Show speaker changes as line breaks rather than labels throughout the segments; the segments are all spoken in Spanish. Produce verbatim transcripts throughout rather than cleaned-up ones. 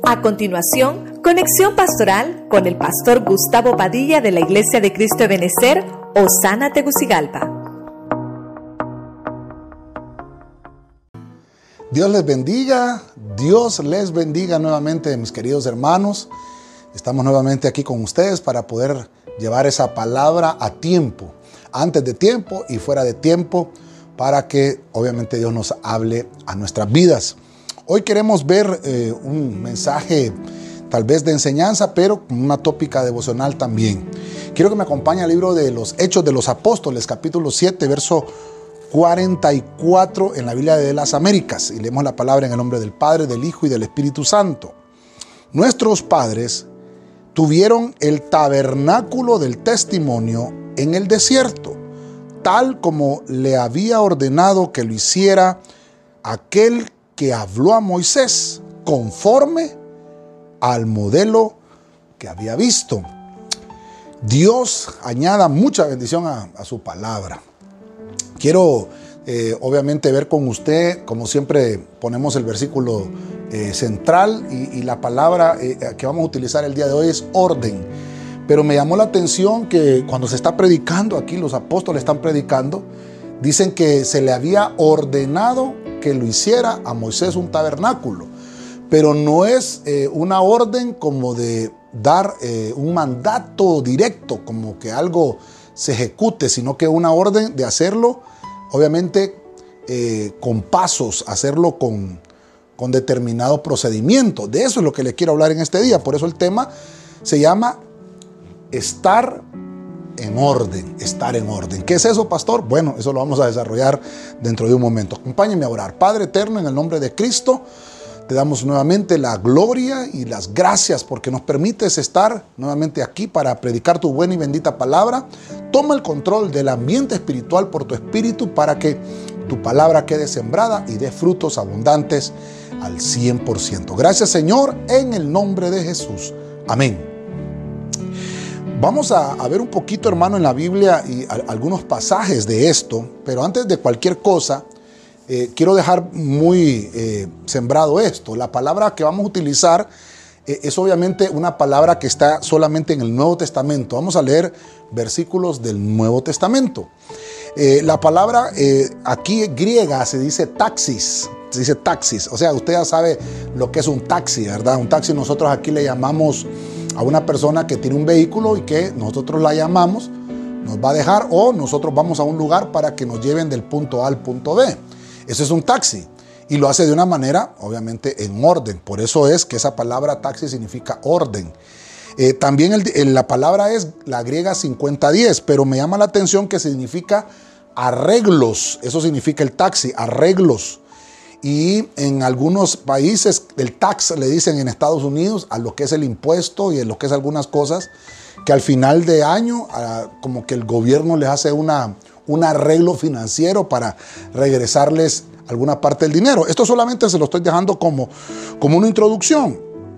A continuación, conexión pastoral con el pastor Gustavo Padilla de la Iglesia de Cristo de Benecer, Osana, Tegucigalpa.
Dios les bendiga, Dios les bendiga nuevamente, mis queridos hermanos. Estamos nuevamente aquí con ustedes para poder llevar esa palabra a tiempo, antes de tiempo y fuera de tiempo, para que obviamente Dios nos hable a nuestras vidas. Hoy queremos ver eh, un mensaje tal vez de enseñanza, pero con una tópica devocional también. Quiero que me acompañe al libro de los Hechos de los Apóstoles, capítulo siete, verso cuarenta y cuatro en la Biblia de las Américas. Y leemos la palabra en el nombre del Padre, del Hijo y del Espíritu Santo. Nuestros padres tuvieron el tabernáculo del testimonio en el desierto, tal como le había ordenado que lo hiciera aquel que habló a Moisés, conforme al modelo que había visto. Dios añada mucha bendición a, a su palabra. Quiero eh, obviamente ver con usted, como siempre ponemos el versículo eh, central y, y la palabra eh, que vamos a utilizar el día de hoy es orden. Pero me llamó la atención que cuando se está predicando aquí, los apóstoles están predicando, dicen que se le había ordenado que lo hiciera a Moisés un tabernáculo. Pero no es eh, una orden como de dar eh, un mandato directo, como que algo se ejecute, sino que una orden de hacerlo, obviamente, eh, con pasos, hacerlo con, con determinado procedimiento. De eso es lo que les quiero hablar en este día. Por eso el tema se llama estar en orden, estar en orden. ¿Qué es eso, pastor? Bueno, eso lo vamos a desarrollar dentro de un momento. Acompáñenme a orar. Padre eterno, en el nombre de Cristo, te damos nuevamente la gloria y las gracias porque nos permites estar nuevamente aquí para predicar tu buena y bendita palabra. Toma el control del ambiente espiritual por tu espíritu para que tu palabra quede sembrada y dé frutos abundantes al cien por ciento. Gracias, Señor, en el nombre de Jesús. Amén. Vamos a, a ver un poquito, hermano, en la Biblia y a, algunos pasajes de esto, pero antes de cualquier cosa, eh, quiero dejar muy eh, sembrado esto. La palabra que vamos a utilizar eh, es obviamente una palabra que está solamente en el Nuevo Testamento. Vamos a leer versículos del Nuevo Testamento. Eh, la palabra eh, aquí griega se dice taxis, se dice taxis. O sea, usted ya sabe lo que es un taxi, ¿verdad? Un taxi nosotros aquí le llamamos a una persona que tiene un vehículo y que nosotros la llamamos, nos va a dejar o nosotros vamos a un lugar para que nos lleven del punto A al punto B. Eso es un taxi y lo hace de una manera obviamente en orden. Por eso es que esa palabra taxi significa orden. Eh, también el, el, la palabra es la griega cincuenta diez, pero me llama la atención que significa arreglos. Eso significa el taxi, arreglos. Y en algunos países el tax le dicen en Estados Unidos a lo que es el impuesto y a lo que es algunas cosas que al final de año como que el gobierno les hace una, un arreglo financiero para regresarles alguna parte del dinero. Esto solamente se lo estoy dejando como, como una introducción.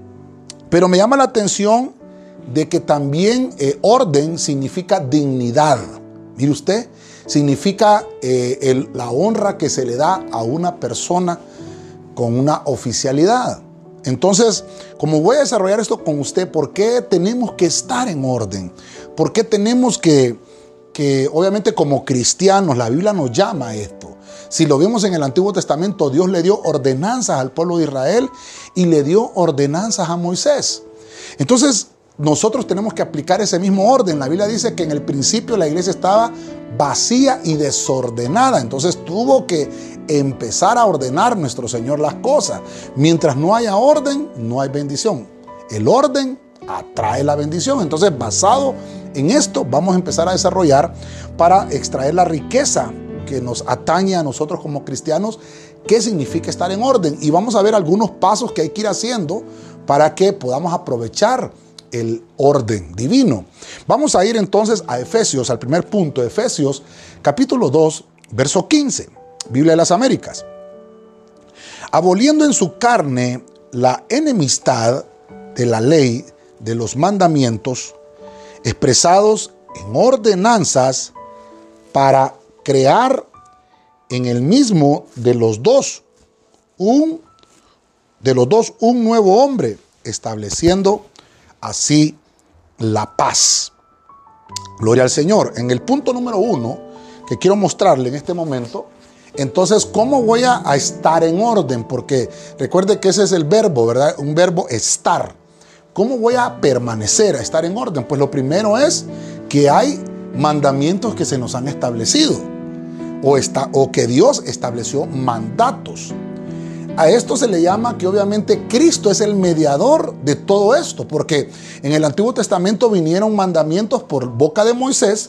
Pero me llama la atención de que también eh, orden significa dignidad. Mire usted, significa eh, el, la honra que se le da a una persona con una oficialidad. Entonces, como voy a desarrollar esto con usted, ¿por qué tenemos que estar en orden? ¿Por qué tenemos que, que obviamente como cristianos, la Biblia nos llama a esto? Si lo vemos en el Antiguo Testamento, Dios le dio ordenanzas al pueblo de Israel y le dio ordenanzas a Moisés. Entonces, nosotros tenemos que aplicar ese mismo orden. La Biblia dice que en el principio la iglesia estaba vacía y desordenada. Entonces tuvo que empezar a ordenar nuestro Señor las cosas. Mientras no haya orden, no hay bendición. El orden atrae la bendición. Entonces, basado en esto, vamos a empezar a desarrollar para extraer la riqueza que nos atañe a nosotros como cristianos. ¿Qué significa estar en orden? Y vamos a ver algunos pasos que hay que ir haciendo para que podamos aprovechar el orden divino. Vamos a ir entonces a Efesios, al primer punto, Efesios capítulo dos, verso quince, Biblia de las Américas. Aboliendo en su carne la enemistad de la ley de los mandamientos expresados en ordenanzas para crear en el mismo de los dos un de los dos un nuevo hombre, estableciendo así la paz. Gloria al Señor. En el punto número uno que quiero mostrarle en este momento, entonces, ¿cómo voy a, a estar en orden? Porque recuerde que ese es el verbo, ¿verdad? Un verbo estar. ¿Cómo voy a permanecer, a estar en orden? Pues lo primero es que hay mandamientos que se nos han establecido o, está, o que Dios estableció mandatos. A esto se le llama que obviamente Cristo es el mediador de todo esto, porque en el Antiguo Testamento vinieron mandamientos por boca de Moisés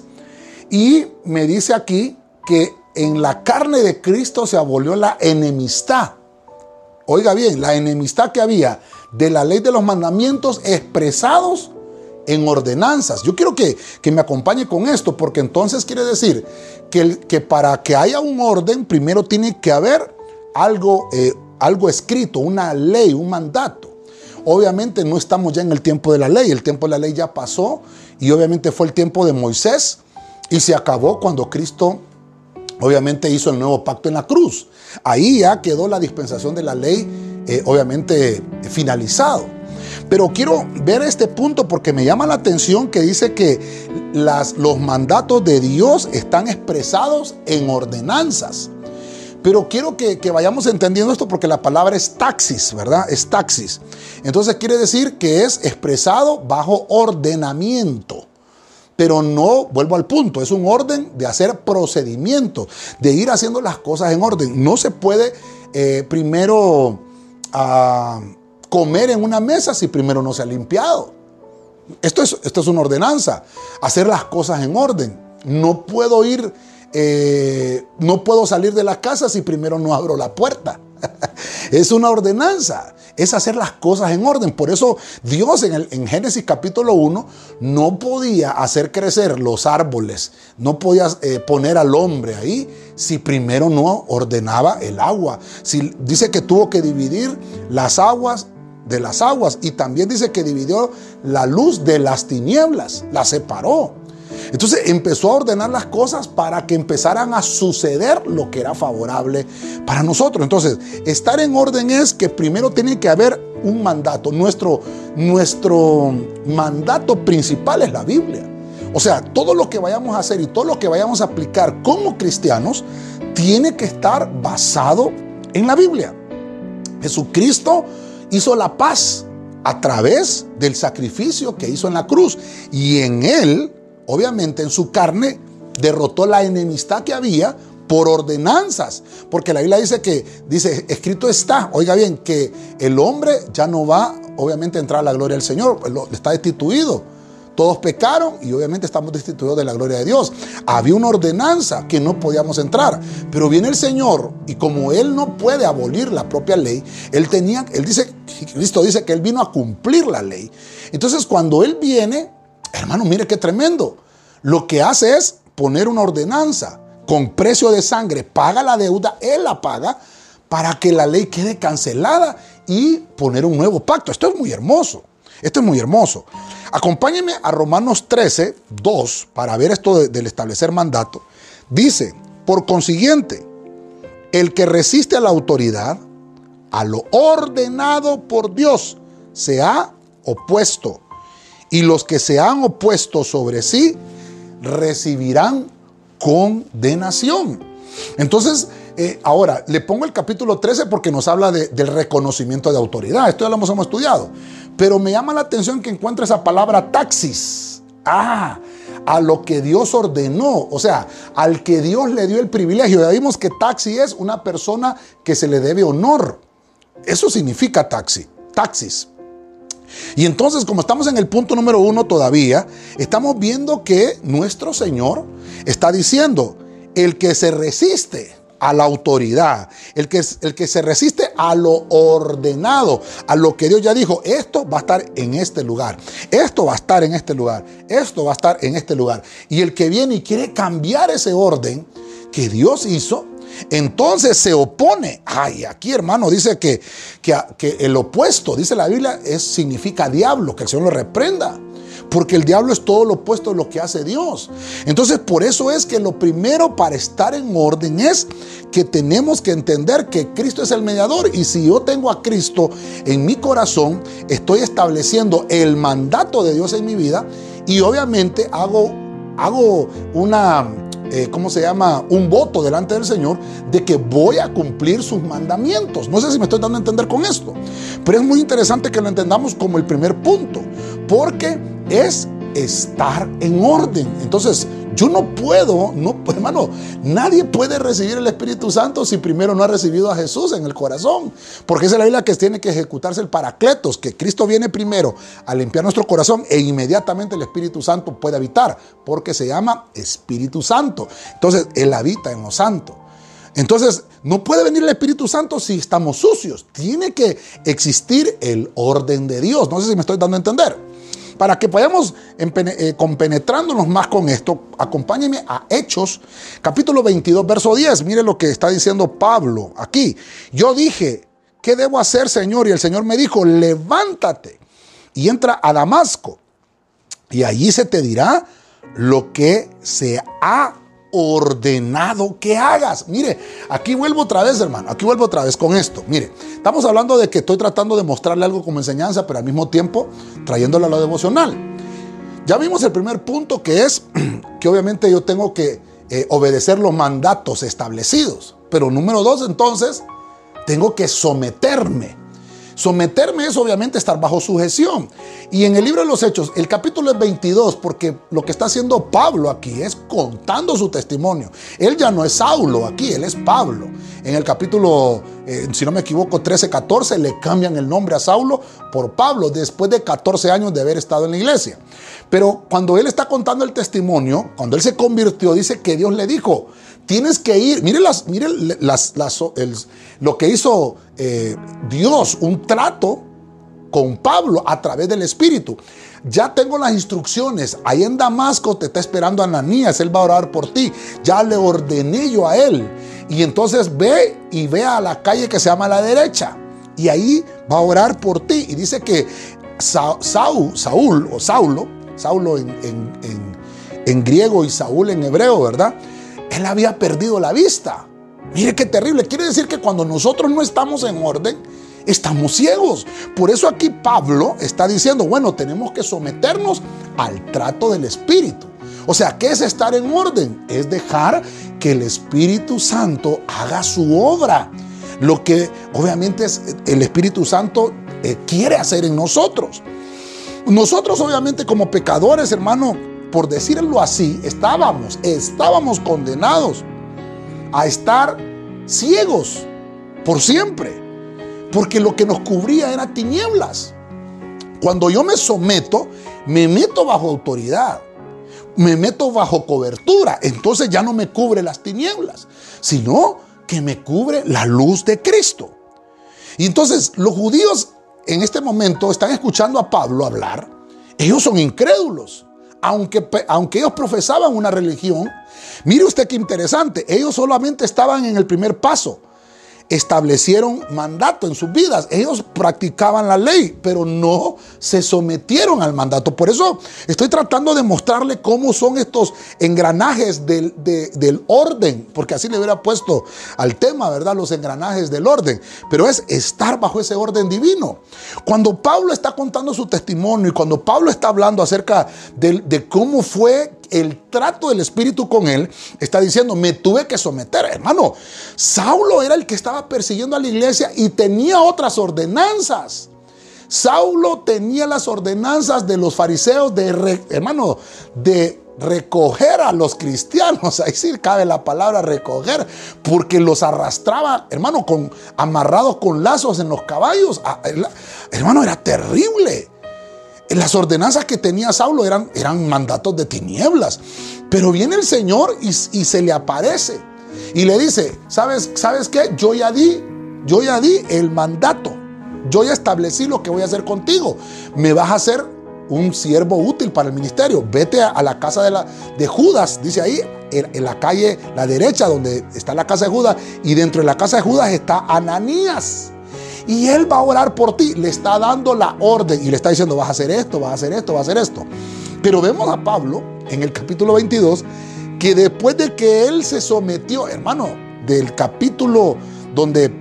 y me dice aquí que en la carne de Cristo se abolió la enemistad. Oiga bien, la enemistad que había de la ley de los mandamientos expresados en ordenanzas. Yo quiero que, que me acompañe con esto, porque entonces quiere decir que, el, que para que haya un orden, primero tiene que haber algo, eh, algo escrito, una ley, un mandato. Obviamente no estamos ya en el tiempo de la ley, el tiempo de la ley ya pasó y obviamente fue el tiempo de Moisés y se acabó cuando Cristo obviamente hizo el nuevo pacto en la cruz. Ahí ya quedó la dispensación de la ley, eh, obviamente finalizado. Pero quiero ver este punto porque me llama la atención que dice que las, los mandatos de Dios están expresados en ordenanzas. Pero quiero que, que vayamos entendiendo esto porque la palabra es taxis, ¿verdad? Es taxis. Entonces quiere decir que es expresado bajo ordenamiento. Pero no, vuelvo al punto, es un orden de hacer procedimientos, de ir haciendo las cosas en orden. No se puede eh, primero uh, comer en una mesa si primero no se ha limpiado. Esto es, esto es una ordenanza, hacer las cosas en orden. No puedo ir, eh, no puedo salir de la casa si primero no abro la puerta. Es una ordenanza, es hacer las cosas en orden. Por eso Dios en, el, en Génesis capítulo uno no podía hacer crecer los árboles, no podía eh, poner al hombre ahí si primero no ordenaba el agua. Si, dice que tuvo que dividir las aguas de las aguas y también dice que dividió la luz de las tinieblas, la separó. Entonces empezó a ordenar las cosas para que empezaran a suceder lo que era favorable para nosotros. Entonces, estar en orden es que primero tiene que haber un mandato. Nuestro, nuestro mandato principal es la Biblia. O sea, todo lo que vayamos a hacer y todo lo que vayamos a aplicar como cristianos tiene que estar basado en la Biblia. Jesucristo hizo la paz a través del sacrificio que hizo en la cruz y en él, obviamente en su carne, derrotó la enemistad que había por ordenanzas. Porque la Biblia dice que, dice, escrito está, oiga bien, que el hombre ya no va, obviamente, a entrar a la gloria del Señor, está destituido. Todos pecaron y obviamente estamos destituidos de la gloria de Dios. Había una ordenanza que no podíamos entrar, pero viene el Señor y como Él no puede abolir la propia ley, Él tenía, Él dice, Cristo dice que Él vino a cumplir la ley. Entonces cuando Él viene, hermano, mire qué tremendo. Lo que hace es poner una ordenanza con precio de sangre, paga la deuda, Él la paga para que la ley quede cancelada y poner un nuevo pacto. Esto es muy hermoso. Esto es muy hermoso. Acompáñenme a Romanos trece, dos, para ver esto de, del establecer mandato. Dice, por consiguiente, el que resiste a la autoridad, a lo ordenado por Dios, se ha opuesto. Y los que se han opuesto sobre sí, recibirán condenación. Entonces, eh, ahora, le pongo el capítulo trece porque nos habla de, del reconocimiento de autoridad. Esto ya lo hemos, hemos estudiado. Pero me llama la atención que encuentre esa palabra taxis. Ah, a lo que Dios ordenó. O sea, al que Dios le dio el privilegio. Ya vimos que taxi es una persona que se le debe honor. Eso significa taxi, taxis. Y entonces, como estamos en el punto número uno todavía, estamos viendo que nuestro Señor está diciendo, el que se resiste a la autoridad, el que, el que se resiste a lo ordenado, a lo que Dios ya dijo, esto va a estar en este lugar, esto va a estar en este lugar, esto va a estar en este lugar. Y el que viene y quiere cambiar ese orden que Dios hizo, entonces se opone. Ay, aquí hermano dice que, que, que el opuesto, dice la Biblia, es, significa diablo, que el Señor lo reprenda. porque el diablo es todo lo opuesto a lo que hace Dios. Entonces, por eso es que lo primero para estar en orden es que tenemos que entender que Cristo es el mediador, y si yo tengo a Cristo en mi corazón, estoy estableciendo el mandato de Dios en mi vida, y obviamente hago, hago una... Eh, ¿cómo se llama? Un voto delante del Señor de que voy a cumplir sus mandamientos. No sé si me estoy dando a entender con esto, pero es muy interesante que lo entendamos como el primer punto, porque es estar en orden. Entonces, yo no puedo, no, hermano, nadie puede recibir el Espíritu Santo si primero no ha recibido a Jesús en el corazón, porque esa es la Biblia que tiene que ejecutarse el Paracletos, que Cristo viene primero a limpiar nuestro corazón e inmediatamente el Espíritu Santo puede habitar, porque se llama Espíritu Santo. Entonces, Él habita en lo santo. Entonces, no puede venir el Espíritu Santo si estamos sucios. Tiene que existir el orden de Dios. No sé si me estoy dando a entender. Para que podamos eh, compenetrándonos más con esto, acompáñenme a Hechos, capítulo veintidós, verso diez. Mire lo que está diciendo Pablo aquí. Yo dije, ¿qué debo hacer, Señor? Y el Señor me dijo, levántate y entra a Damasco, y allí se te dirá lo que se ha ordenado que hagas. Mire, aquí vuelvo otra vez, hermano, aquí vuelvo otra vez con esto. Mire, estamos hablando de que estoy tratando de mostrarle algo como enseñanza, pero al mismo tiempo trayéndolo a lo devocional. Ya vimos el primer punto, que es que obviamente yo tengo que eh, obedecer los mandatos establecidos. Pero número dos, entonces, tengo que someterme. Someterme es obviamente estar bajo sujeción. Y en el libro de los Hechos, el capítulo es veintidós, porque lo que está haciendo Pablo aquí es contando su testimonio. Él ya no es Saulo aquí, él es Pablo. En el capítulo, eh, si no me equivoco, trece, catorce, le cambian el nombre a Saulo por Pablo, después de catorce años de haber estado en la iglesia. Pero cuando él está contando el testimonio, cuando él se convirtió, dice que Dios le dijo, tienes que ir. Mire, las, mire las, las, el, lo que hizo eh, Dios, un trato con Pablo a través del Espíritu. Ya tengo las instrucciones. Ahí en Damasco te está esperando Ananías. Él va a orar por ti. Ya le ordené yo a él. Y entonces ve y ve a la calle que se llama La Derecha. Y ahí va a orar por ti. Y dice que Sa Saúl, Saúl o Saulo, Saulo en, en, en, en griego y Saúl en hebreo, ¿verdad? Él había perdido la vista. Mire qué terrible. Quiere decir que cuando nosotros no estamos en orden, estamos ciegos. Por eso aquí Pablo está diciendo, bueno, tenemos que someternos al trato del Espíritu. O sea, ¿qué es estar en orden? Es dejar que el Espíritu Santo haga su obra. Lo que obviamente es el Espíritu Santo eh, quiere hacer en nosotros. Nosotros obviamente como pecadores, hermano, por decirlo así, estábamos, estábamos condenados a estar ciegos por siempre, porque lo que nos cubría era tinieblas. Cuando yo me someto, me meto bajo autoridad, me meto bajo cobertura, entonces ya no me cubre las tinieblas, sino que me cubre la luz de Cristo. Y entonces los judíos en este momento están escuchando a Pablo hablar. Ellos son incrédulos. Aunque, aunque ellos profesaban una religión, mire usted qué interesante, ellos solamente estaban en el primer paso. Establecieron mandato en sus vidas. Ellos practicaban la ley, pero no se sometieron al mandato. Por eso estoy tratando de mostrarle cómo son estos engranajes del, de, del orden, porque así le hubiera puesto al tema, ¿verdad? Los engranajes del orden. Pero es estar bajo ese orden divino. Cuando Pablo está contando su testimonio y cuando Pablo está hablando acerca de, de cómo fue el trato del Espíritu con él, está diciendo, me tuve que someter. Hermano, Saulo era el que estaba persiguiendo a la iglesia y tenía otras ordenanzas. Saulo tenía las ordenanzas de los fariseos de, re, hermano, de recoger a los cristianos. Ahí sí cabe la palabra recoger, porque los arrastraba, hermano, con, amarrados con lazos en los caballos. Hermano, era terrible. Las ordenanzas que tenía Saulo eran, eran mandatos de tinieblas. Pero viene el Señor y, y se le aparece y le dice, ¿sabes, ¿sabes qué? Yo ya di, yo ya di el mandato. Yo ya establecí lo que voy a hacer contigo. Me vas a hacer un siervo útil para el ministerio. Vete a, a la casa de, la, de Judas, dice ahí, en, en la calle, la derecha, donde está la casa de Judas. Y dentro de la casa de Judas está Ananías. Y él va a orar por ti, le está dando la orden y le está diciendo, vas a hacer esto, vas a hacer esto, vas a hacer esto. Pero vemos a Pablo en el capítulo veintidós que después de que él se sometió, hermano, del capítulo donde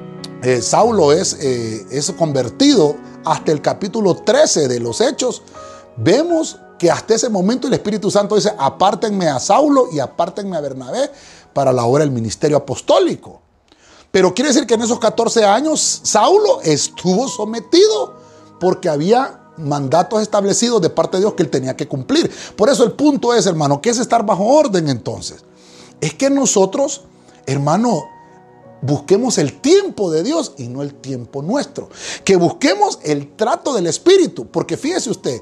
eh, Saulo es, eh, es convertido hasta el capítulo trece de los Hechos, vemos que hasta ese momento el Espíritu Santo dice: apártenme a Saulo y apártenme a Bernabé para la obra del ministerio apostólico. Pero quiere decir que en esos catorce años Saulo estuvo sometido porque había mandatos establecidos de parte de Dios que él tenía que cumplir. Por eso el punto es, hermano, ¿qué es estar bajo orden entonces? Es que nosotros, hermano, busquemos el tiempo de Dios y no el tiempo nuestro. Que busquemos el trato del Espíritu. Porque fíjese usted,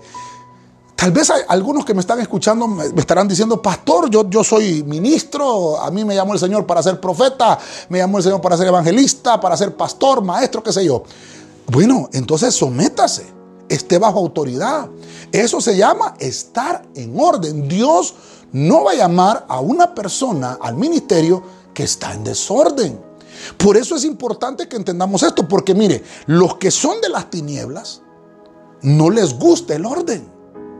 tal vez hay algunos que me están escuchando me estarán diciendo: pastor, yo, yo soy ministro, a mí me llamó el Señor para ser profeta, me llamó el Señor para ser evangelista, para ser pastor, maestro, qué sé yo. Bueno, entonces sométase, esté bajo autoridad. Eso se llama estar en orden. Dios no va a llamar a una persona al ministerio que está en desorden. Por eso es importante que entendamos esto, porque mire, los que son de las tinieblas no les gusta el orden.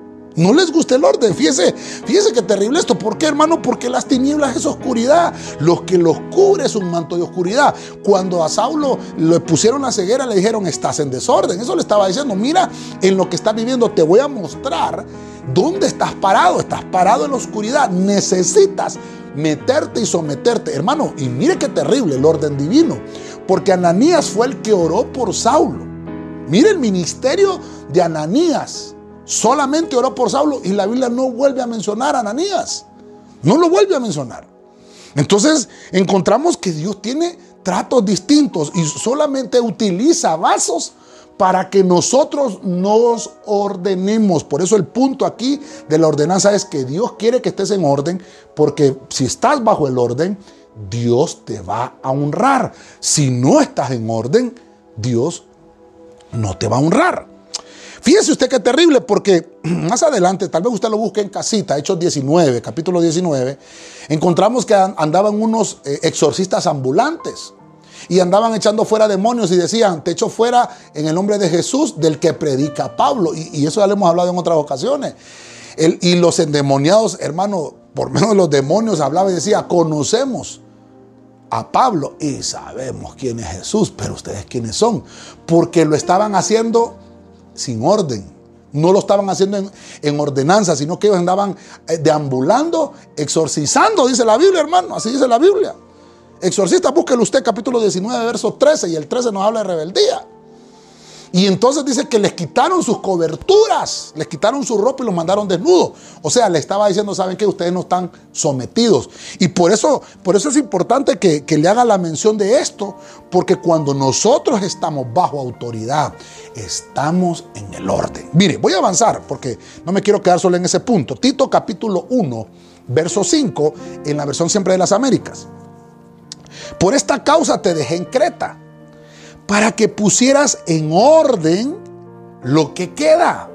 No les gusta el orden. Fíjese, fíjese qué terrible esto. ¿Por qué, hermano? Porque las tinieblas es oscuridad. Los que los cubre es un manto de oscuridad. Cuando a Saulo le pusieron la ceguera, le dijeron: estás en desorden. Eso le estaba diciendo: mira, en lo que estás viviendo te voy a mostrar dónde estás parado. Estás parado en la oscuridad. Necesitas meterte y someterte, hermano. Y mire qué terrible el orden divino. Porque Ananías fue el que oró por Saulo. Mire el ministerio de Ananías. Solamente oró por Saulo y la Biblia no vuelve a mencionar a Ananías. No lo vuelve a mencionar. Entonces encontramos que Dios tiene tratos distintos y solamente utiliza vasos para que nosotros nos ordenemos. Por eso el punto aquí de la ordenanza es que Dios quiere que estés en orden, porque si estás bajo el orden, Dios te va a honrar. Si no estás en orden, Dios no te va a honrar. Fíjese usted qué terrible, porque más adelante, tal vez usted lo busque en casita, Hechos diecinueve, capítulo diecinueve, encontramos que andaban unos exorcistas ambulantes y andaban echando fuera demonios y decían: te echo fuera en el nombre de Jesús, del que predica Pablo. Y, y eso ya lo hemos hablado en otras ocasiones. El, y los endemoniados, hermano, por menos de los demonios hablaba y decía: conocemos a Pablo y sabemos quién es Jesús, pero ustedes quiénes son, porque lo estaban haciendo sin orden. No lo estaban haciendo en, en ordenanza, sino que ellos andaban deambulando, exorcizando, dice la Biblia, hermano. Así dice la Biblia. Exorcista, búsquelo usted, capítulo diecinueve, verso trece, y el trece nos habla de rebeldía. Y entonces dice que les quitaron sus coberturas, les quitaron su ropa y los mandaron desnudos. O sea, le estaba diciendo: ¿saben qué? Ustedes no están sometidos. Y por eso, por eso es importante que, que le haga la mención de esto, porque cuando nosotros estamos bajo autoridad, estamos en el orden. Mire, voy a avanzar porque no me quiero quedar solo en ese punto. Tito capítulo uno, verso cinco, en la versión Siempre de las Américas. Por esta causa te dejé en Creta, para que pusieras en orden lo que queda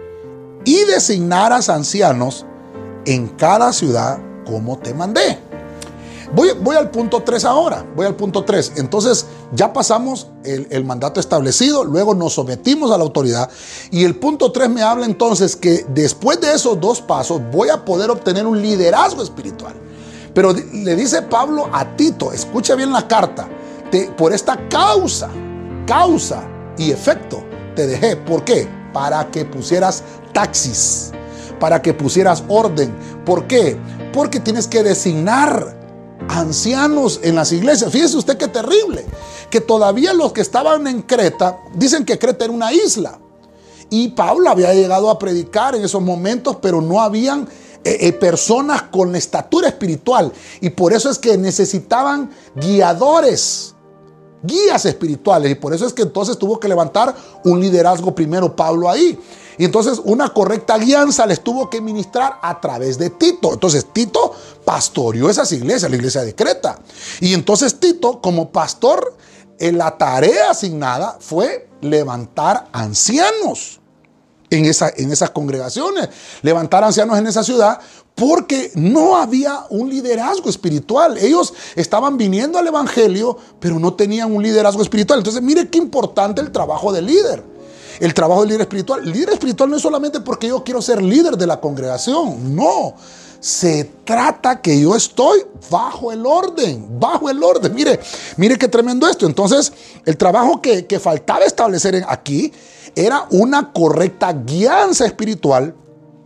y designaras ancianos en cada ciudad como te mandé. Voy, voy al punto tres ahora, voy al punto tres. Entonces ya pasamos el, el mandato establecido, luego nos sometimos a la autoridad, y el punto tres me habla entonces que después de esos dos pasos voy a poder obtener un liderazgo espiritual. Pero le dice Pablo a Tito, escucha bien la carta: te, por esta causa, causa y efecto te dejé. ¿Por qué? Para que pusieras taxis, para que pusieras orden. ¿Por qué? Porque tienes que designar ancianos en las iglesias. Fíjese usted qué terrible, que todavía los que estaban en Creta, dicen que Creta era una isla, y Pablo había llegado a predicar en esos momentos, pero no habían eh, eh, personas con estatura espiritual, y por eso es que necesitaban guiadores, guías espirituales, y por eso es que entonces tuvo que levantar un liderazgo primero Pablo ahí. Y entonces una correcta guianza les tuvo que ministrar a través de Tito. Entonces Tito pastoreó esas iglesias, la iglesia de Creta. Y entonces Tito, como pastor, en la tarea asignada fue levantar ancianos en, esa, en esas congregaciones, levantar ancianos en esa ciudad, porque no había un liderazgo espiritual. Ellos estaban viniendo al evangelio, pero no tenían un liderazgo espiritual. Entonces mire qué importante el trabajo del líder. el trabajo del líder espiritual. El líder espiritual no es solamente porque yo quiero ser líder de la congregación, no. Se trata que yo estoy bajo el orden, bajo el orden. Mire, mire qué tremendo esto. Entonces, el trabajo que, que faltaba establecer aquí era una correcta guianza espiritual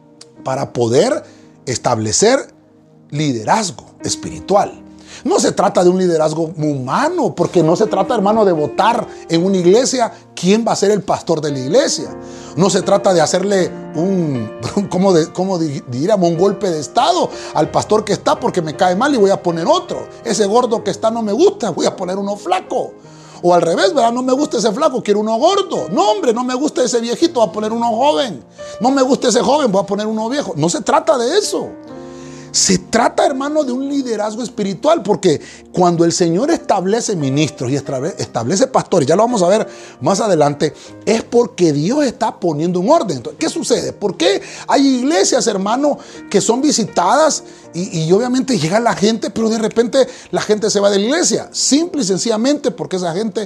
para poder establecer liderazgo espiritual. No se trata de un liderazgo humano, porque no se trata, hermano, de votar en una iglesia quién va a ser el pastor de la iglesia. No se trata de hacerle un, como, de, como diríamos, un golpe de estado al pastor que está porque me cae mal y voy a poner otro. Ese gordo que está no me gusta, voy a poner uno flaco. O al revés, ¿verdad? No me gusta ese flaco, quiero uno gordo. No, hombre, no me gusta ese viejito, voy a poner uno joven. No me gusta ese joven, voy a poner uno viejo. No se trata de eso. Se trata, hermano, de un liderazgo espiritual, porque cuando el Señor establece ministros y establece pastores, ya lo vamos a ver más adelante, es porque Dios está poniendo un orden. Entonces, ¿qué sucede? ¿Por qué hay iglesias, hermano, que son visitadas y, y obviamente llega la gente, pero de repente la gente se va de la iglesia? Simple y sencillamente porque esa gente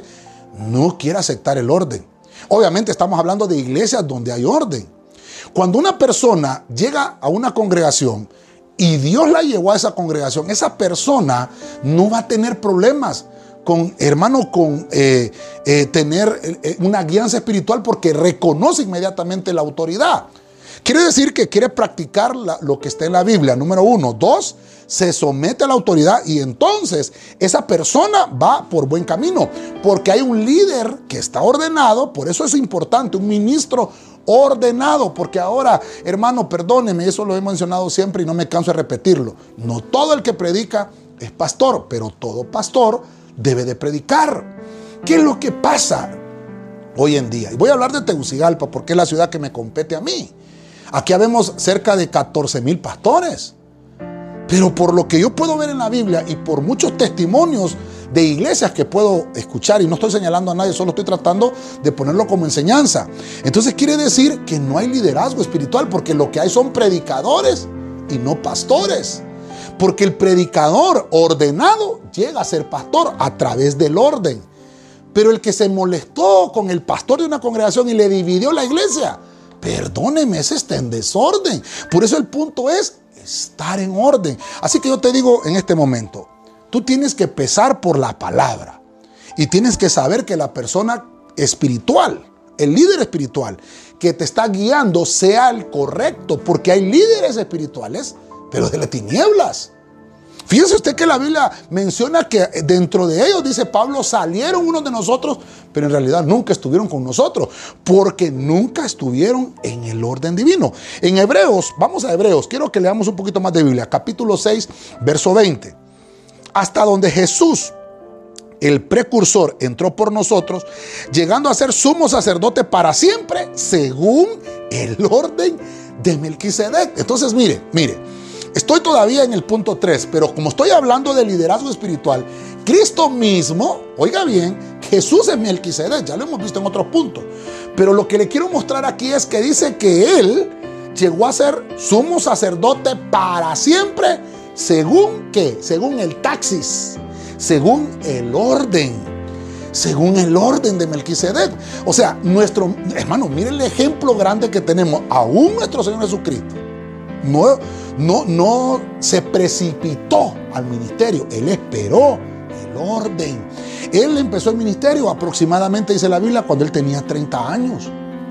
no quiere aceptar el orden. Obviamente estamos hablando de iglesias donde hay orden. Cuando una persona llega a una congregación y Dios la llevó a esa congregación, esa persona no va a tener problemas con, hermano, con eh, eh, tener eh, una guianza espiritual, porque reconoce inmediatamente la autoridad. Quiere decir que quiere practicar la, lo que está en la Biblia, número uno. Dos, se somete a la autoridad y entonces esa persona va por buen camino, porque hay un líder que está ordenado. Por eso es importante un ministro ordenado, porque ahora, hermano, perdóneme, eso lo he mencionado siempre y no me canso de repetirlo. No todo el que predica es pastor, pero todo pastor debe de predicar. ¿Qué es lo que pasa hoy en día? Y voy a hablar de Tegucigalpa porque es la ciudad que me compete a mí. Aquí habemos cerca de catorce mil pastores. Pero por lo que yo puedo ver en la Biblia y por muchos testimonios de iglesias que puedo escuchar, y no estoy señalando a nadie, solo estoy tratando de ponerlo como enseñanza. Entonces quiere decir que no hay liderazgo espiritual, porque lo que hay son predicadores y no pastores. Porque el predicador ordenado llega a ser pastor a través del orden. Pero el que se molestó con el pastor de una congregación y le dividió la iglesia, perdóneme, ese está en desorden. Por eso el punto es estar en orden. Así que yo te digo en este momento, tú tienes que pesar por la palabra y tienes que saber que la persona espiritual, el líder espiritual que te está guiando sea el correcto, porque hay líderes espirituales, pero de las tinieblas. Fíjese usted que la Biblia menciona que dentro de ellos, dice Pablo, salieron unos de nosotros, pero en realidad nunca estuvieron con nosotros, porque nunca estuvieron en el orden divino. En Hebreos, vamos a Hebreos, quiero que leamos un poquito más de Biblia, capítulo seis, verso veinte. Hasta donde Jesús, el precursor, entró por nosotros, llegando a ser sumo sacerdote para siempre, según el orden de Melquisedec. Entonces, mire, mire, estoy todavía en el punto tres, pero como estoy hablando de liderazgo espiritual, Cristo mismo, oiga bien, Jesús es Melquisedec, ya lo hemos visto en otros puntos. Pero lo que le quiero mostrar aquí es que dice que Él llegó a ser sumo sacerdote para siempre, según ¿qué? Según el taxis, según el orden, según el orden de Melquisedec. O sea, nuestro, hermano, miren el ejemplo grande que tenemos, aún nuestro Señor Jesucristo. No, no, no se precipitó al ministerio, Él esperó el orden. Él empezó el ministerio aproximadamente, dice la Biblia, cuando Él tenía treinta años.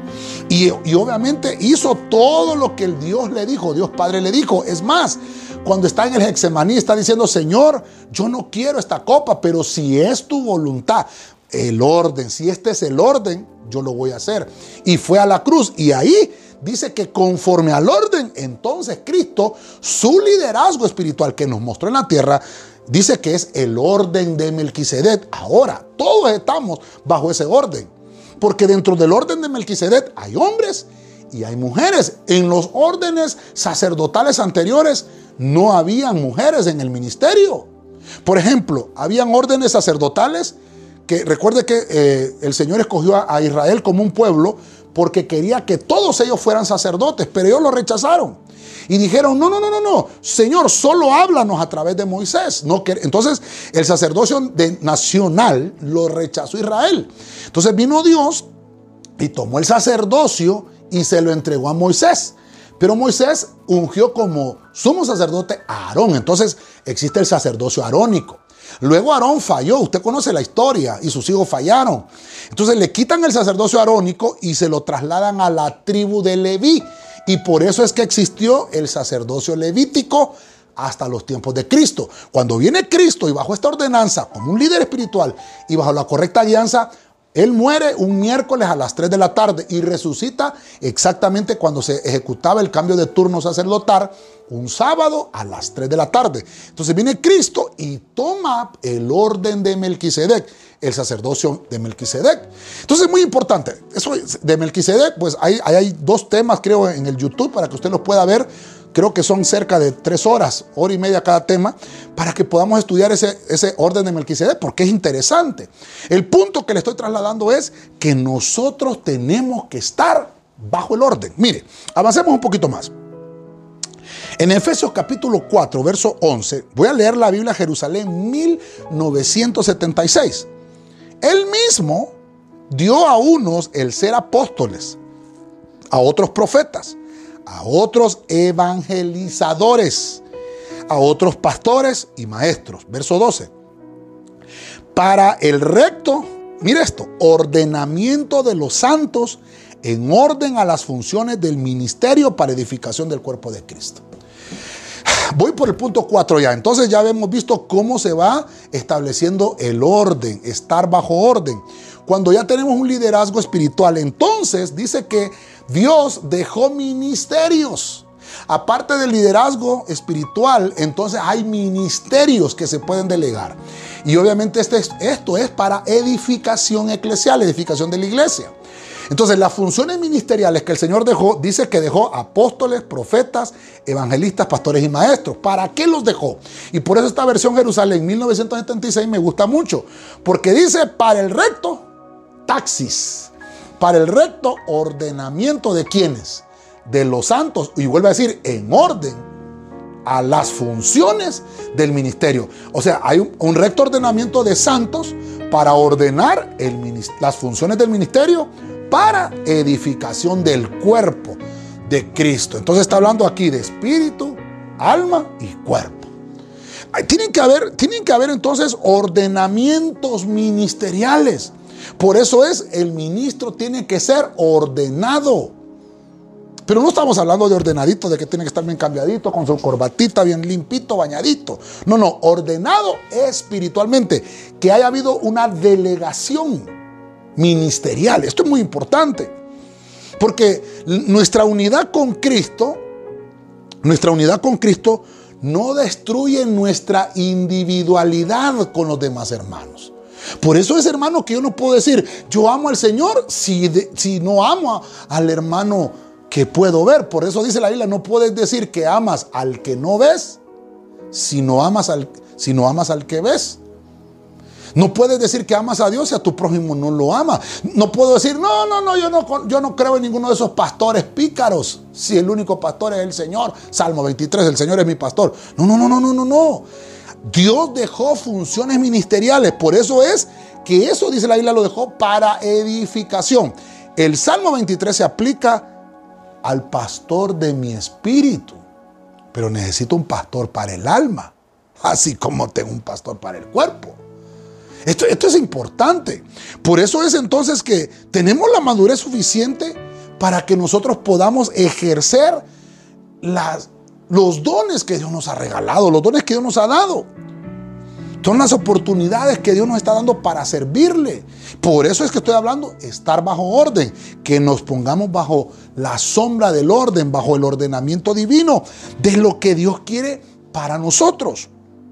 Y, y obviamente hizo todo lo que el Dios le dijo, Dios Padre le dijo. Es más, cuando está en el Getsemaní está diciendo, Señor, yo no quiero esta copa, pero si es tu voluntad, el orden, si este es el orden, yo lo voy a hacer. Y fue a la cruz y ahí dice que conforme al orden, entonces Cristo, su liderazgo espiritual que nos mostró en la tierra, dice que es el orden de Melquisedec. Ahora, todos estamos bajo ese orden, porque dentro del orden de Melquisedec hay hombres y hay mujeres. En los órdenes sacerdotales anteriores no habían mujeres en el ministerio. Por ejemplo, habían órdenes sacerdotales que, recuerde que eh, el Señor escogió a, a Israel como un pueblo porque quería que todos ellos fueran sacerdotes, pero ellos lo rechazaron y dijeron, no, no, no, no, no, Señor, solo háblanos a través de Moisés. No, entonces el sacerdocio de, nacional lo rechazó Israel. Entonces vino Dios y tomó el sacerdocio y se lo entregó a Moisés. Pero Moisés ungió como sumo sacerdote a Aarón. Entonces existe el sacerdocio arónico. Luego Aarón falló, usted conoce la historia, y sus hijos fallaron. Entonces le quitan el sacerdocio arónico y se lo trasladan a la tribu de Leví. Y por eso es que existió el sacerdocio levítico hasta los tiempos de Cristo. Cuando viene Cristo y bajo esta ordenanza, como un líder espiritual y bajo la correcta guianza, Él muere un miércoles a las tres de la tarde y resucita exactamente cuando se ejecutaba el cambio de turno sacerdotal, un sábado a las tres de la tarde. Entonces viene Cristo y toma el orden de Melquisedec, el sacerdocio de Melquisedec. Entonces es muy importante. Eso de Melquisedec, pues hay, hay dos temas, creo, en el YouTube para que usted los pueda ver. Creo que son cerca de tres horas, hora y media cada tema, para que podamos estudiar ese, ese orden de Melquisedec, porque es interesante. El punto que le estoy trasladando es que nosotros tenemos que estar bajo el orden. Mire, avancemos un poquito más. En Efesios capítulo cuatro, verso once, voy a leer la Biblia Jerusalén mil novecientos setenta y seis. Él mismo dio a unos el ser apóstoles, a otros profetas, a otros evangelizadores, a otros pastores y maestros. Verso doce. Para el recto, mire esto, ordenamiento de los santos en orden a las funciones del ministerio para edificación del cuerpo de Cristo. Voy por el punto cuatro ya. Entonces ya hemos visto cómo se va estableciendo el orden, estar bajo orden. Cuando ya tenemos un liderazgo espiritual, entonces dice que Dios dejó ministerios. Aparte del liderazgo espiritual, entonces hay ministerios que se pueden delegar. Y obviamente este, esto es para edificación eclesial, edificación de la iglesia. Entonces las funciones ministeriales que el Señor dejó, dice que dejó apóstoles, profetas, evangelistas, pastores y maestros. ¿Para qué los dejó? Y por eso esta versión Jerusalén mil novecientos setenta y seis me gusta mucho. Porque dice para el recto, taxis. Para el recto ordenamiento de quienes, de los santos, y vuelve a decir en orden a las funciones del ministerio. O sea, hay un, un recto ordenamiento de santos para ordenar el, las funciones del ministerio para edificación del cuerpo de Cristo. Entonces está hablando aquí de espíritu, alma y cuerpo. Tienen que haber, tienen que haber entonces ordenamientos ministeriales. Por eso es, el ministro tiene que ser ordenado. Pero no estamos hablando de ordenadito, de que tiene que estar bien cambiadito, con su corbatita bien limpito, bañadito. No, no, ordenado espiritualmente. Que haya habido una delegación ministerial. Esto es muy importante. Porque nuestra unidad con Cristo, nuestra unidad con Cristo no destruye nuestra individualidad con los demás hermanos. Por eso es, hermano, que yo no puedo decir, yo amo al Señor si, de, si no amo a, al hermano que puedo ver. Por eso dice la Biblia, no puedes decir que amas al que no ves si no amas al, si no amas al que ves. No puedes decir que amas a Dios si a tu prójimo no lo amas. No puedo decir, no, no, no, yo no, yo no creo en ninguno de esos pastores pícaros, si el único pastor es el Señor. Salmo veintitrés, el Señor es mi pastor. No, no, no, no, no, no, no. Dios dejó funciones ministeriales. Por eso es que eso, dice la Biblia, lo dejó para edificación. El Salmo veintitrés se aplica al pastor de mi espíritu, pero necesito un pastor para el alma, así como tengo un pastor para el cuerpo. Esto, esto es importante. Por eso es entonces que tenemos la madurez suficiente para que nosotros podamos ejercer las, los dones que Dios nos ha regalado, los dones que Dios nos ha dado. Son las oportunidades que Dios nos está dando para servirle. Por eso es que estoy hablando, estar bajo orden, que nos pongamos bajo la sombra del orden, bajo el ordenamiento divino de lo que Dios quiere para nosotros.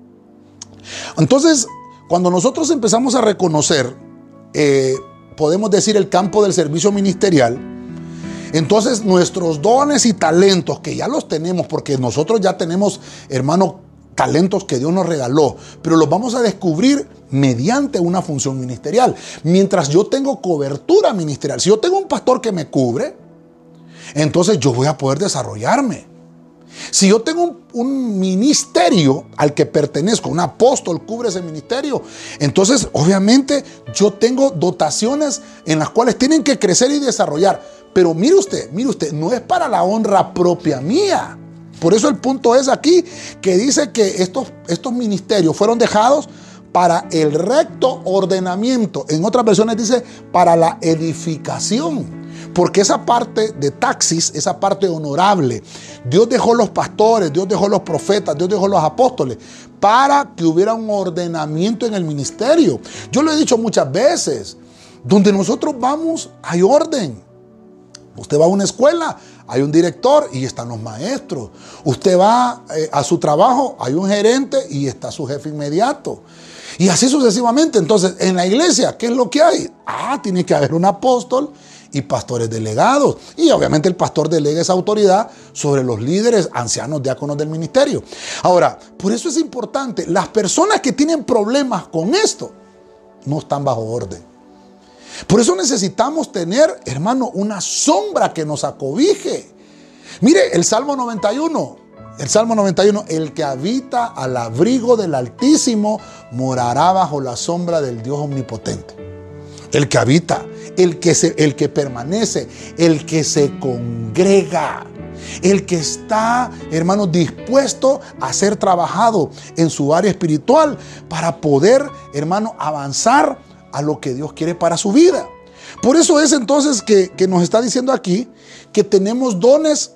Entonces, cuando nosotros empezamos a reconocer, eh, podemos decir, el campo del servicio ministerial, entonces nuestros dones y talentos, que ya los tenemos, porque nosotros ya tenemos, hermano, talentos que Dios nos regaló, pero los vamos a descubrir mediante una función ministerial. Mientras yo tengo cobertura ministerial, si yo tengo un pastor que me cubre, entonces yo voy a poder desarrollarme. Si yo tengo un, un ministerio al que pertenezco, un apóstol cubre ese ministerio, entonces obviamente yo tengo dotaciones en las cuales tienen que crecer y desarrollar. Pero mire usted, mire usted, no es para la honra propia mía. Por eso el punto es aquí que dice que estos, estos ministerios fueron dejados para el recto ordenamiento. En otras versiones dice para la edificación. Porque esa parte de taxis, esa parte honorable, Dios dejó los pastores, Dios dejó los profetas, Dios dejó los apóstoles para que hubiera un ordenamiento en el ministerio. Yo lo he dicho muchas veces, donde nosotros vamos hay orden. Usted va a una escuela, hay un director y están los maestros. Usted va eh, a su trabajo, hay un gerente y está su jefe inmediato. Y así sucesivamente. Entonces, en la iglesia, ¿qué es lo que hay? Ah, tiene que haber un apóstol y pastores delegados. Y obviamente el pastor delega esa autoridad sobre los líderes, ancianos, diáconos del ministerio. Ahora, por eso es importante, las personas que tienen problemas con esto no están bajo orden. Por eso necesitamos tener, hermano, una sombra que nos acobije. Mire, el Salmo noventa y uno, el Salmo noventa y uno, el que habita al abrigo del Altísimo morará bajo la sombra del Dios omnipotente. El que habita, el que, se, el que permanece, el que se congrega, el que está, hermano, dispuesto a ser trabajado en su área espiritual para poder, hermano, avanzar a lo que Dios quiere para su vida. Por eso es entonces que, que nos está diciendo aquí que tenemos dones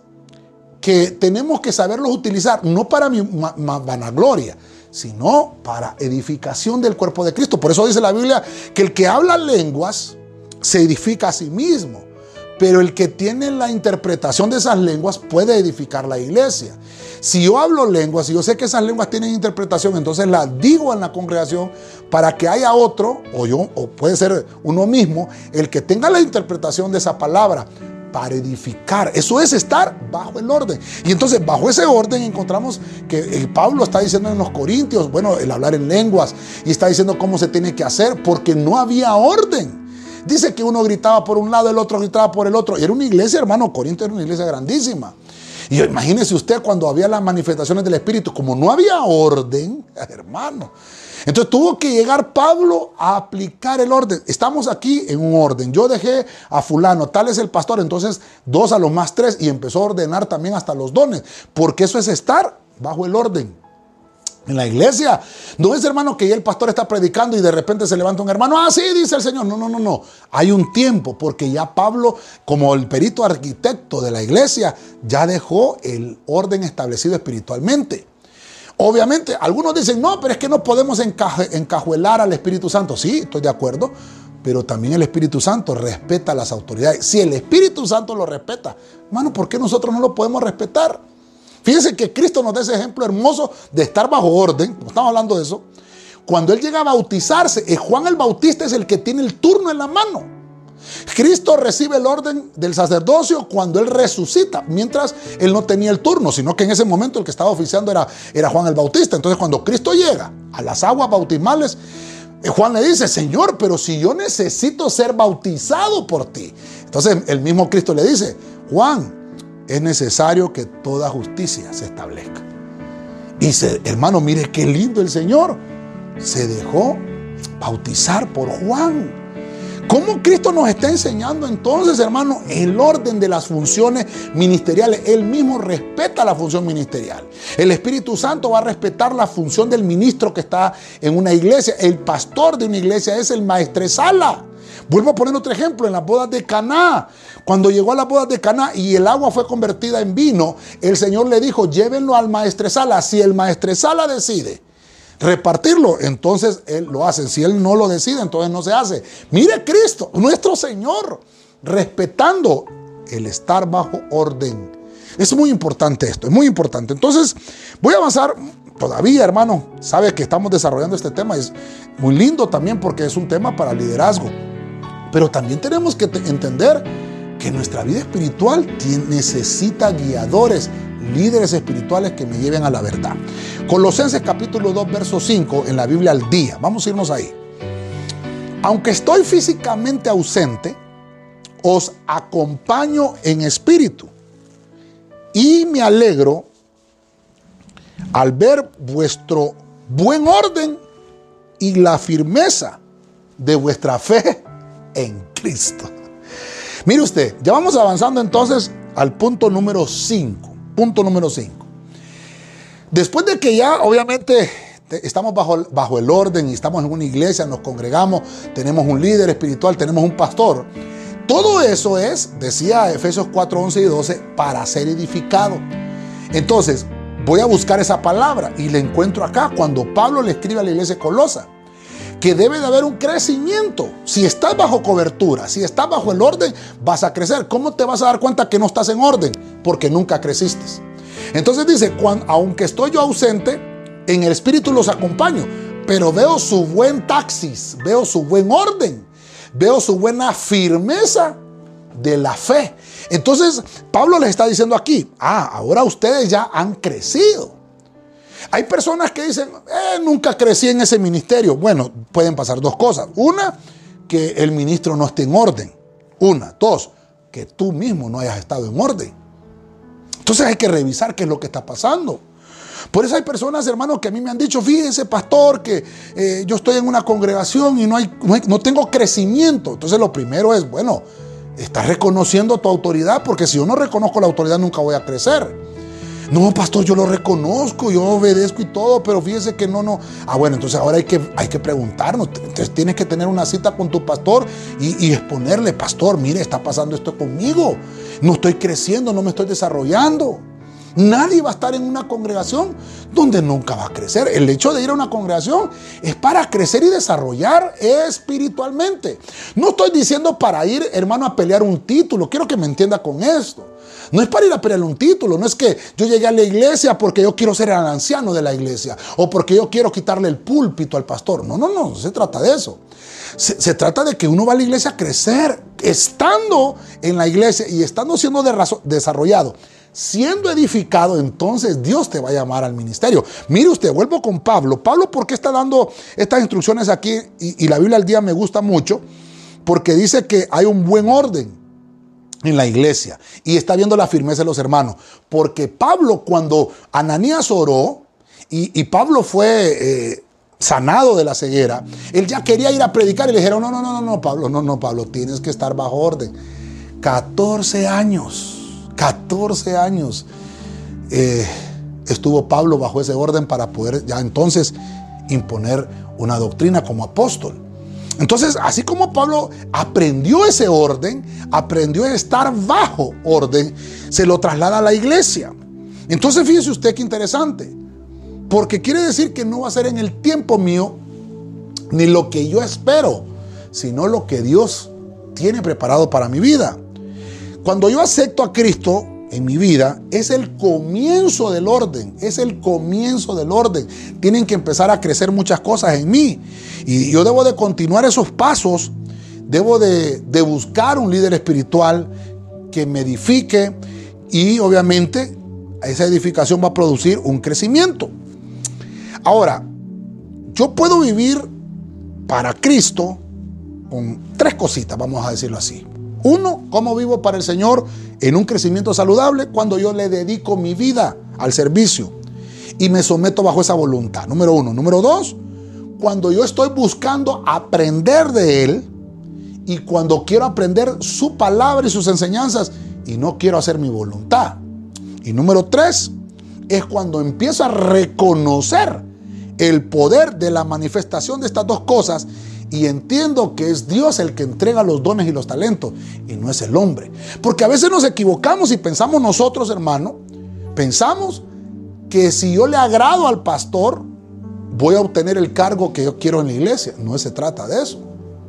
que tenemos que saberlos utilizar, no para mi ma, ma, vanagloria, sino para edificación del cuerpo de Cristo. Por eso dice la Biblia que el que habla lenguas se edifica a sí mismo, pero el que tiene la interpretación de esas lenguas puede edificar la iglesia. Si yo hablo lenguas y yo sé que esas lenguas tienen interpretación, entonces las digo en la congregación para que haya otro, o yo, o puede ser uno mismo, el que tenga la interpretación de esa palabra para edificar. Eso es estar bajo el orden. Y entonces bajo ese orden encontramos que el Pablo está diciendo en los Corintios, bueno, el hablar en lenguas, y está diciendo cómo se tiene que hacer, porque no había orden. Dice que uno gritaba por un lado, el otro gritaba por el otro. Y era una iglesia, hermano, Corinto era una iglesia grandísima. Y imagínese usted cuando había las manifestaciones del Espíritu, como no había orden, hermano. Entonces tuvo que llegar Pablo a aplicar el orden. Estamos aquí en un orden. Yo dejé a fulano, tal es el pastor, entonces dos a los más tres, y empezó a ordenar también hasta los dones, porque eso es estar bajo el orden. En la iglesia, no es, hermano, que ya el pastor está predicando y de repente se levanta un hermano, ah, sí, dice el Señor. No, no, no, no. Hay un tiempo, porque ya Pablo, como el perito arquitecto de la iglesia, ya dejó el orden establecido espiritualmente. Obviamente, algunos dicen, no, pero es que no podemos encaje, encajuelar al Espíritu Santo. Sí, estoy de acuerdo, pero también el Espíritu Santo respeta a las autoridades. Si el Espíritu Santo lo respeta, hermano, ¿por qué nosotros no lo podemos respetar? Fíjense que Cristo nos da ese ejemplo hermoso de estar bajo orden, como estamos hablando de eso. Cuando Él llega a bautizarse, Juan el Bautista es el que tiene el turno en la mano. Cristo recibe el orden del sacerdocio cuando Él resucita, mientras Él no tenía el turno, sino que en ese momento el que estaba oficiando era, era Juan el Bautista. Entonces cuando Cristo llega a las aguas bautismales, Juan le dice, Señor, pero si yo necesito ser bautizado por ti. Entonces el mismo Cristo le dice, Juan, es necesario que toda justicia se establezca. Y se, hermano, mire qué lindo el Señor. Se dejó bautizar por Juan. ¿Cómo Cristo nos está enseñando entonces, hermano, el orden de las funciones ministeriales? Él mismo respeta la función ministerial. El Espíritu Santo va a respetar la función del ministro que está en una iglesia. El pastor de una iglesia es el maestresala. Vuelvo a poner otro ejemplo, en las bodas de Caná. Cuando llegó a las bodas de Caná y el agua fue convertida en vino, el Señor le dijo, llévenlo al maestresala. Si el maestresala decide repartirlo, entonces Él lo hace. Si Él no lo decide, entonces no se hace. Mire Cristo, nuestro Señor, respetando el estar bajo orden. Es muy importante esto, es muy importante. Entonces, voy a avanzar todavía, hermano. Sabe que estamos desarrollando este tema. Es muy lindo también porque es un tema para liderazgo. Pero también tenemos que entender que nuestra vida espiritual tiene, necesita guiadores, líderes espirituales que me lleven a la verdad. Colosenses capítulo dos, verso cinco, en la Biblia al día. Vamos a irnos ahí. Aunque estoy físicamente ausente, os acompaño en espíritu y me alegro al ver vuestro buen orden y la firmeza de vuestra fe en Cristo. Mire usted, ya vamos avanzando entonces al punto número cinco. Punto número cinco. Después de que ya obviamente estamos bajo, bajo el orden y estamos en una iglesia, nos congregamos, tenemos un líder espiritual, tenemos un pastor. Todo eso es, decía Efesios cuatro, once y doce, para ser edificado. Entonces, voy a buscar esa palabra y la encuentro acá cuando Pablo le escribe a la iglesia de Colosa, que debe de haber un crecimiento. Si estás bajo cobertura, si estás bajo el orden, vas a crecer. ¿Cómo te vas a dar cuenta que no estás en orden? Porque nunca creciste. Entonces dice, cuando, aunque estoy yo ausente, en el espíritu los acompaño, pero veo su buen taxis, veo su buen orden, veo su buena firmeza de la fe. Entonces Pablo les está diciendo aquí, ah, ahora ustedes ya han crecido. Hay personas que dicen, eh, nunca crecí en ese ministerio. Bueno, pueden pasar dos cosas. Una, que el ministro no esté en orden. Una. Dos, que tú mismo no hayas estado en orden. Entonces hay que revisar qué es lo que está pasando. Por eso hay personas, hermanos, que a mí me han dicho, fíjese, pastor, que eh, yo estoy en una congregación y no, hay, no, hay, no tengo crecimiento. Entonces lo primero es, bueno, estás reconociendo tu autoridad, porque si yo no reconozco la autoridad nunca voy a crecer. No, pastor, yo lo reconozco, yo obedezco y todo, pero fíjese que no, no. Ah, bueno, entonces ahora hay que, hay que preguntarnos. Entonces tienes que tener una cita con tu pastor y, y exponerle, pastor, mire, está pasando esto conmigo. No estoy creciendo, no me estoy desarrollando. Nadie va a estar en una congregación donde nunca va a crecer. El hecho de ir a una congregación es para crecer y desarrollar espiritualmente. No estoy diciendo para ir, hermano, a pelear un título. Quiero que me entienda con esto. No es para ir a pelear un título. No es que yo llegué a la iglesia porque yo quiero ser el anciano de la iglesia o porque yo quiero quitarle el púlpito al pastor. No, no, no, no se trata de eso. Se, se trata de que uno va a la iglesia a crecer, estando en la iglesia y estando siendo de desarrollado, siendo edificado. Entonces Dios te va a llamar al ministerio. Mire usted, vuelvo con Pablo. Pablo, ¿por qué está dando estas instrucciones aquí? Y, y la Biblia al día me gusta mucho, porque dice que hay un buen orden en la iglesia y está viendo la firmeza de los hermanos. Porque Pablo, cuando Ananías oró y, y Pablo fue eh, sanado de la ceguera, él ya quería ir a predicar y le dijeron, no, no, no, no, no, Pablo, no, no, Pablo, tienes que estar bajo orden. catorce años. catorce años eh, estuvo Pablo bajo ese orden para poder ya entonces imponer una doctrina como apóstol. Entonces, así como Pablo aprendió ese orden, aprendió a estar bajo orden, se lo traslada a la iglesia. Entonces, fíjese usted qué interesante, porque quiere decir que no va a ser en el tiempo mío ni lo que yo espero, sino lo que Dios tiene preparado para mi vida. Cuando yo acepto a Cristo en mi vida, es el comienzo del orden, es el comienzo del orden. Tienen que empezar a crecer muchas cosas en mí. Y yo debo de continuar esos pasos, debo de, de buscar un líder espiritual que me edifique y obviamente esa edificación va a producir un crecimiento. Ahora, yo puedo vivir para Cristo con tres cositas, vamos a decirlo así. Uno, ¿cómo vivo para el Señor en un crecimiento saludable? Cuando yo le dedico mi vida al servicio y me someto bajo esa voluntad. Número uno. Número dos, cuando yo estoy buscando aprender de Él y cuando quiero aprender su palabra y sus enseñanzas y no quiero hacer mi voluntad. Y número tres, es cuando empiezo a reconocer el poder de la manifestación de estas dos cosas y entiendo que es Dios el que entrega los dones y los talentos y no es el hombre. Porque a veces nos equivocamos y pensamos nosotros, hermano, pensamos que si yo le agrado al pastor, voy a obtener el cargo que yo quiero en la iglesia. No se trata de eso.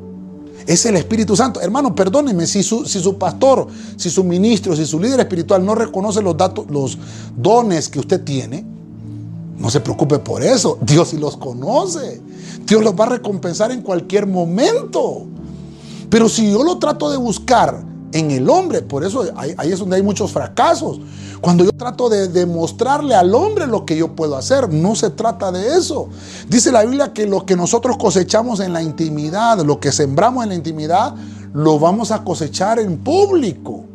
Es el Espíritu Santo. Hermano, perdóneme, si su, si su pastor, si su ministro, si su líder espiritual no reconoce los, datos, los dones que usted tiene, no se preocupe por eso. Dios sí los conoce. Dios los va a recompensar en cualquier momento. Pero si yo lo trato de buscar en el hombre, por eso ahí, ahí es donde hay muchos fracasos. Cuando yo trato de demostrarle al hombre lo que yo puedo hacer, no se trata de eso. Dice la Biblia que lo que nosotros cosechamos en la intimidad, lo que sembramos en la intimidad, lo vamos a cosechar en público.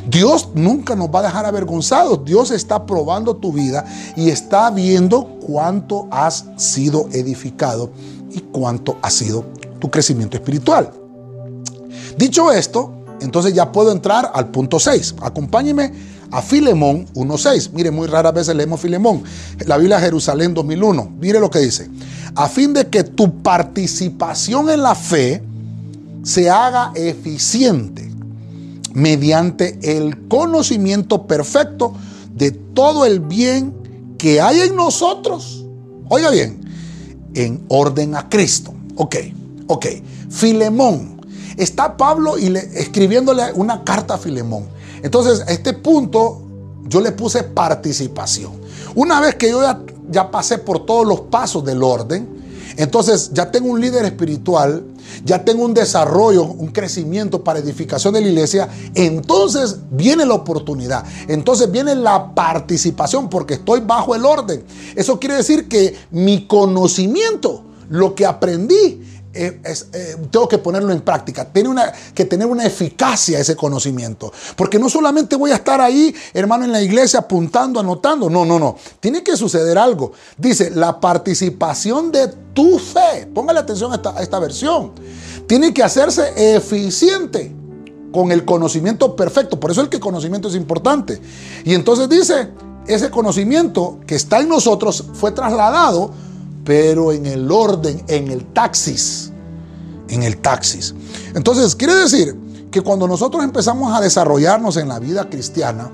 Dios nunca nos va a dejar avergonzados. Dios está probando tu vida y está viendo cuánto has sido edificado y cuánto ha sido tu crecimiento espiritual. Dicho esto, entonces ya puedo entrar al punto seis. Acompáñeme a Filemón uno seis. Mire, muy raras veces leemos Filemón. La Biblia Jerusalén dos mil uno. Mire lo que dice. A fin de que tu participación en la fe se haga eficiente mediante el conocimiento perfecto de todo el bien que hay en nosotros. Oiga bien, en orden a Cristo. Ok, ok. Filemón. Está Pablo y le, escribiéndole una carta a Filemón. Entonces, a este punto yo le puse participación. Una vez que yo ya, ya pasé por todos los pasos del orden, entonces ya tengo un líder espiritual, ya tengo un desarrollo, un crecimiento para edificación de la iglesia, entonces viene la oportunidad, entonces viene la participación porque estoy bajo el orden. Eso quiere decir que mi conocimiento, lo que aprendí, Eh, es, eh, tengo que ponerlo en práctica. Tiene una, que tener una eficacia ese conocimiento, porque no solamente voy a estar ahí, hermano, en la iglesia apuntando, anotando. No, no, no. Tiene que suceder algo. Dice, la participación de tu fe. Póngale atención a esta, a esta versión. Tiene que hacerse eficiente con el conocimiento perfecto. Por eso el que conocimiento es importante. Y entonces dice, ese conocimiento que está en nosotros fue trasladado, pero en el orden, en el taxis, en el taxis. Entonces, quiere decir que cuando nosotros empezamos a desarrollarnos en la vida cristiana,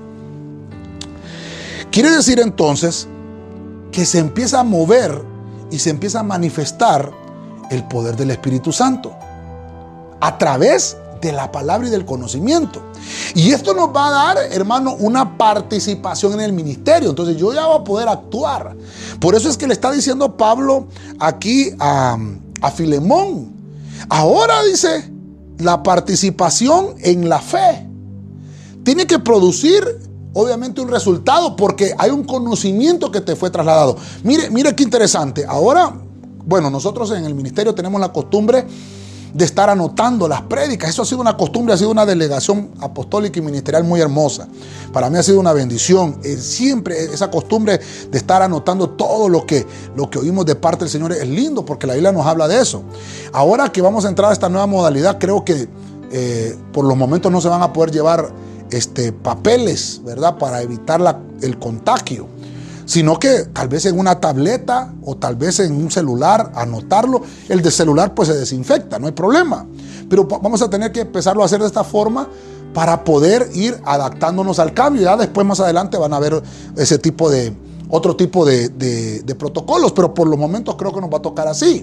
quiere decir entonces que se empieza a mover y se empieza a manifestar el poder del Espíritu Santo a través de la palabra y del conocimiento. Y esto nos va a dar, hermano, una participación en el ministerio. Entonces yo ya voy a poder actuar. Por eso es que le está diciendo Pablo aquí a, a Filemón. Ahora dice, la participación en la fe tiene que producir obviamente un resultado, porque hay un conocimiento que te fue trasladado. Mire, mire qué interesante. Ahora, bueno, nosotros en el ministerio tenemos la costumbre de estar anotando las prédicas. Eso ha sido una costumbre, ha sido una delegación apostólica y ministerial muy hermosa. Para mí ha sido una bendición. Eh, siempre esa costumbre de estar anotando todo lo que, lo que oímos de parte del Señor es lindo, porque la Biblia nos habla de eso. Ahora que vamos a entrar a esta nueva modalidad, creo que eh, por los momentos no se van a poder llevar este, papeles, ¿verdad? Para evitar la, el contagio, sino que tal vez en una tableta o tal vez en un celular, anotarlo. El de celular pues se desinfecta, no hay problema. Pero vamos a tener que empezarlo a hacer de esta forma para poder ir adaptándonos al cambio. Ya después, más adelante, van a haber ese tipo de, otro tipo de, de, de protocolos, pero por los momentos creo que nos va a tocar así.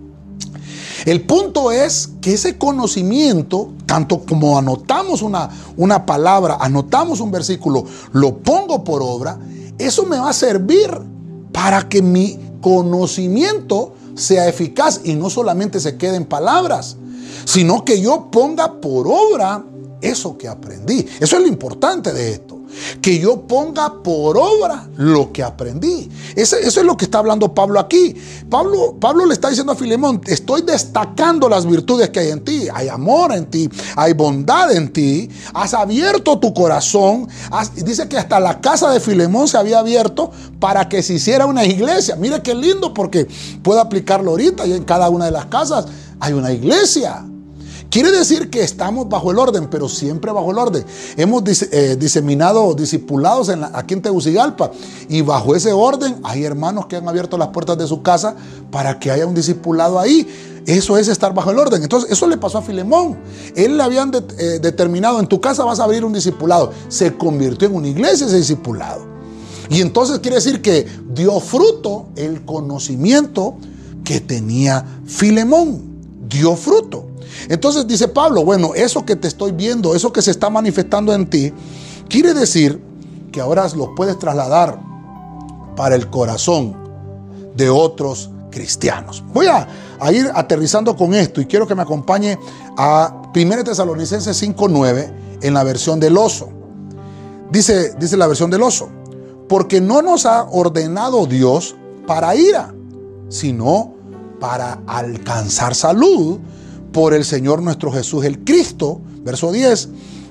El punto es que ese conocimiento, tanto como anotamos una, una palabra, anotamos un versículo, lo pongo por obra, eso me va a servir para que mi conocimiento sea eficaz y no solamente se quede en palabras, sino que yo ponga por obra eso que aprendí. Eso es lo importante de esto, que yo ponga por obra lo que aprendí. Eso, eso es lo que está hablando Pablo aquí. Pablo, Pablo le está diciendo a Filemón, estoy destacando las virtudes que hay en ti. Hay amor en ti, hay bondad en ti, has abierto tu corazón. Has, dice que hasta la casa de Filemón se había abierto para que se hiciera una iglesia. Mire qué lindo, porque puedo aplicarlo ahorita y en cada una de las casas hay una iglesia. Quiere decir que estamos bajo el orden, pero siempre bajo el orden. Hemos eh, diseminado discipulados en la, aquí en Tegucigalpa, y bajo ese orden hay hermanos que han abierto las puertas de su casa para que haya un discipulado ahí. Eso es estar bajo el orden. Entonces, eso le pasó a Filemón. Él le habían de, eh, determinado, en tu casa vas a abrir un discipulado. Se convirtió en una iglesia ese discipulado. Y entonces quiere decir que dio fruto el conocimiento que tenía Filemón. Dio fruto. Entonces dice Pablo, bueno, eso que te estoy viendo, eso que se está manifestando en ti, quiere decir que ahora lo puedes trasladar para el corazón de otros cristianos. Voy a, a ir aterrizando con esto y quiero que me acompañe a primera Tesalonicenses cinco nueve en la versión del oso. Dice, dice la versión del oso, porque no nos ha ordenado Dios para ira, sino para alcanzar salud por el Señor nuestro Jesús el Cristo. Verso diez,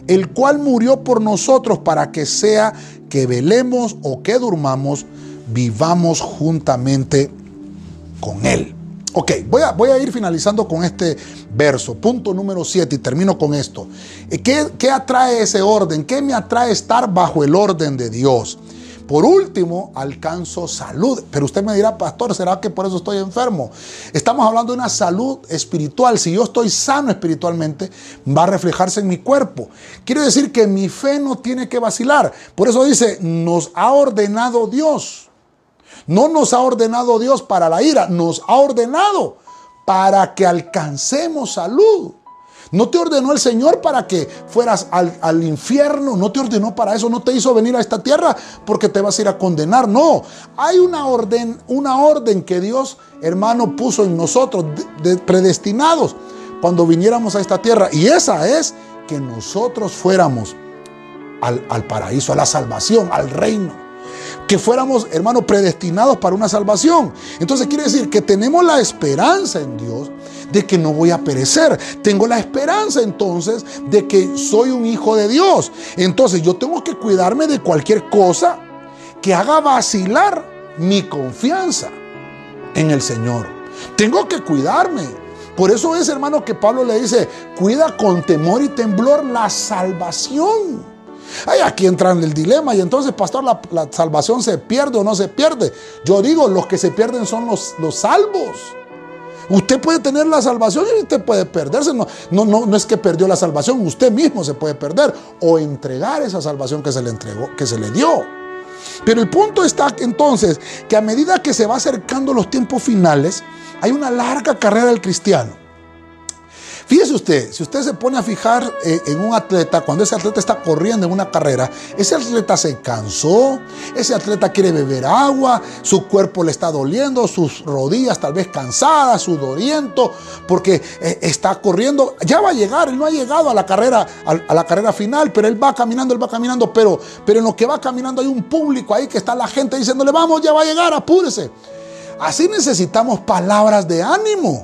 el cual murió por nosotros para que sea que velemos o que durmamos, vivamos juntamente con Él. Ok, voy a, voy a ir finalizando con este verso, punto número siete, y termino con esto. ¿Qué, qué atrae ese orden? ¿Qué me atrae estar bajo el orden de Dios? Por último, alcanzo salud. Pero usted me dirá, pastor, ¿será que por eso estoy enfermo? Estamos hablando de una salud espiritual. Si yo estoy sano espiritualmente, va a reflejarse en mi cuerpo. Quiere decir que mi fe no tiene que vacilar. Por eso dice, nos ha ordenado Dios. No nos ha ordenado Dios para la ira, nos ha ordenado para que alcancemos salud. No te ordenó el Señor para que fueras al, al infierno, no te ordenó para eso, no te hizo venir a esta tierra porque te vas a ir a condenar. No, hay una orden, una orden que Dios, hermano, puso en nosotros, de, de predestinados, cuando viniéramos a esta tierra. Y esa es que nosotros fuéramos al, al paraíso, a la salvación, al reino. Que fuéramos, hermanos, predestinados para una salvación. Entonces quiere decir que tenemos la esperanza en Dios de que no voy a perecer. Tengo la esperanza entonces de que soy un hijo de Dios. Entonces yo tengo que cuidarme de cualquier cosa que haga vacilar mi confianza en el Señor. Tengo que cuidarme. Por eso es, hermano, que Pablo le dice, cuida con temor y temblor la salvación. Ay, aquí entra en el dilema y entonces, pastor, ¿la, la salvación se pierde o no se pierde? Yo digo, los que se pierden son los, los salvos. Usted puede tener la salvación y usted puede perderse. No, no, no, no es que perdió la salvación, usted mismo se puede perder o entregar esa salvación que se le entregó, que se le dio. Pero el punto está entonces que a medida que se va acercando los tiempos finales, hay una larga carrera del cristiano. Fíjese usted, si usted se pone a fijar eh, en un atleta, cuando ese atleta está corriendo en una carrera, ese atleta se cansó, ese atleta quiere beber agua, su cuerpo le está doliendo, sus rodillas tal vez cansadas, sudoriento, porque eh, está corriendo, ya va a llegar, él no ha llegado a la carrera, a, a la carrera final, pero él va caminando, él va caminando, pero, pero en lo que va caminando hay un público ahí que está la gente diciéndole, vamos, ya va a llegar, apúrese. Así necesitamos palabras de ánimo.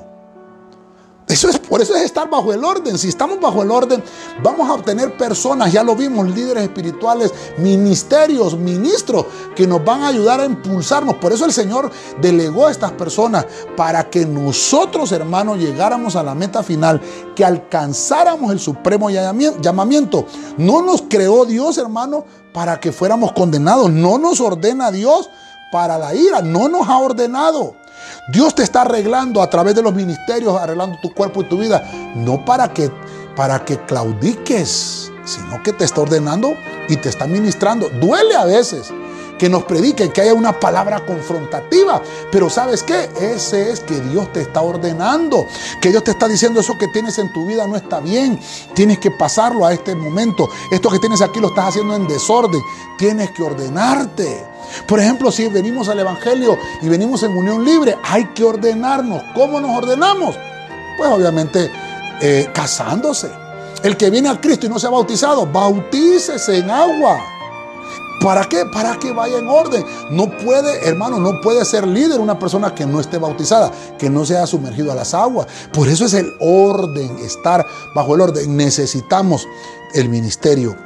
Eso es, por eso es estar bajo el orden. Si estamos bajo el orden, vamos a obtener personas, ya lo vimos, líderes espirituales, ministerios, ministros, que nos van a ayudar a impulsarnos. Por eso el Señor delegó a estas personas para que nosotros, hermanos, llegáramos a la meta final, que alcanzáramos el supremo llamamiento. No nos creó Dios, hermano, para que fuéramos condenados. No nos ordena Dios para la ira. No nos ha ordenado. Dios te está arreglando a través de los ministerios, arreglando tu cuerpo y tu vida, no para que, para que claudiques, sino que te está ordenando y te está ministrando. Duele a veces que nos prediquen, que haya una palabra confrontativa, pero ¿sabes qué? Ese es que Dios te está ordenando, que Dios te está diciendo, eso que tienes en tu vida no está bien, tienes que pasarlo a este momento, esto que tienes aquí lo estás haciendo en desorden, tienes que ordenarte. Por ejemplo, si venimos al Evangelio y venimos en unión libre, hay que ordenarnos. ¿Cómo nos ordenamos? Pues obviamente eh, casándose. El que viene a Cristo y no se ha bautizado, bautícese en agua. ¿Para qué? Para que vaya en orden. No puede, hermano, no puede ser líder una persona que no esté bautizada, que no se haya sumergido a las aguas. Por eso es el orden, estar bajo el orden. Necesitamos el ministerio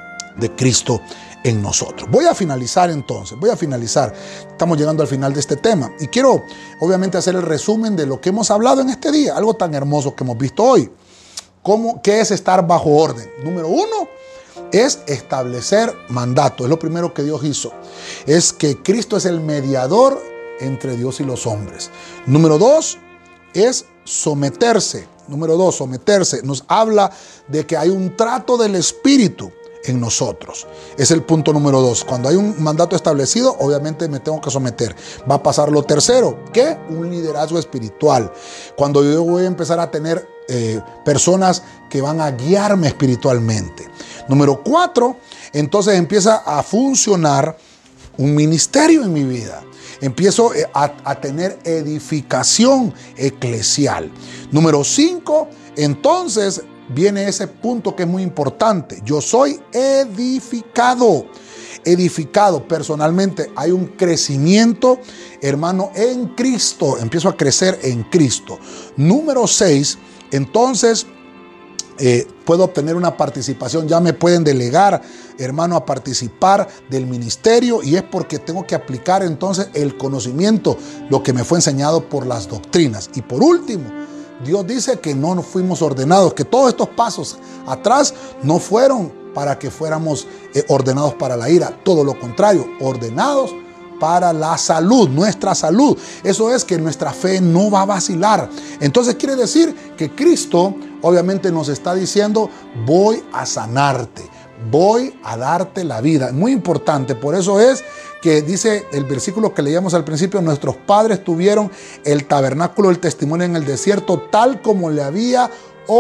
de Cristo en nosotros. Voy a finalizar entonces, voy a finalizar. Estamos llegando al final de este tema y quiero obviamente hacer el resumen de lo que hemos hablado en este día, algo tan hermoso que hemos visto hoy. ¿Cómo, qué es estar bajo orden? Número uno, es establecer mandato. Es lo primero que Dios hizo. Es que Cristo es el mediador entre Dios y los hombres. Número dos, es someterse. Número dos, someterse. Nos habla de que hay un trato del Espíritu en nosotros. Es el punto número dos. Cuando hay un mandato establecido, obviamente me tengo que someter. Va a pasar lo tercero, ¿qué? Un liderazgo espiritual. Cuando yo voy a empezar a tener eh, personas que van a guiarme espiritualmente. Número cuatro, entonces empieza a funcionar un ministerio en mi vida. Empiezo a, a tener edificación eclesial. Número cinco, entonces viene ese punto que es muy importante. Yo soy edificado. Edificado personalmente. Hay un crecimiento, hermano, en Cristo. Empiezo a crecer en Cristo. Número seis, entonces Eh, puedo obtener una participación, ya me pueden delegar, hermano, a participar del ministerio, y es porque tengo que aplicar entonces el conocimiento, lo que me fue enseñado por las doctrinas. Y por último, Dios dice que no nos fuimos ordenados, que todos estos pasos atrás no fueron para que fuéramos eh, ordenados para la ira, todo lo contrario, ordenados para la salud, nuestra salud. Eso es que nuestra fe no va a vacilar. Entonces quiere decir que Cristo obviamente nos está diciendo: voy a sanarte, voy a darte la vida. Muy importante, por eso es que dice el versículo que leíamos al principio: nuestros padres tuvieron el tabernáculo del testimonio en el desierto, tal como le había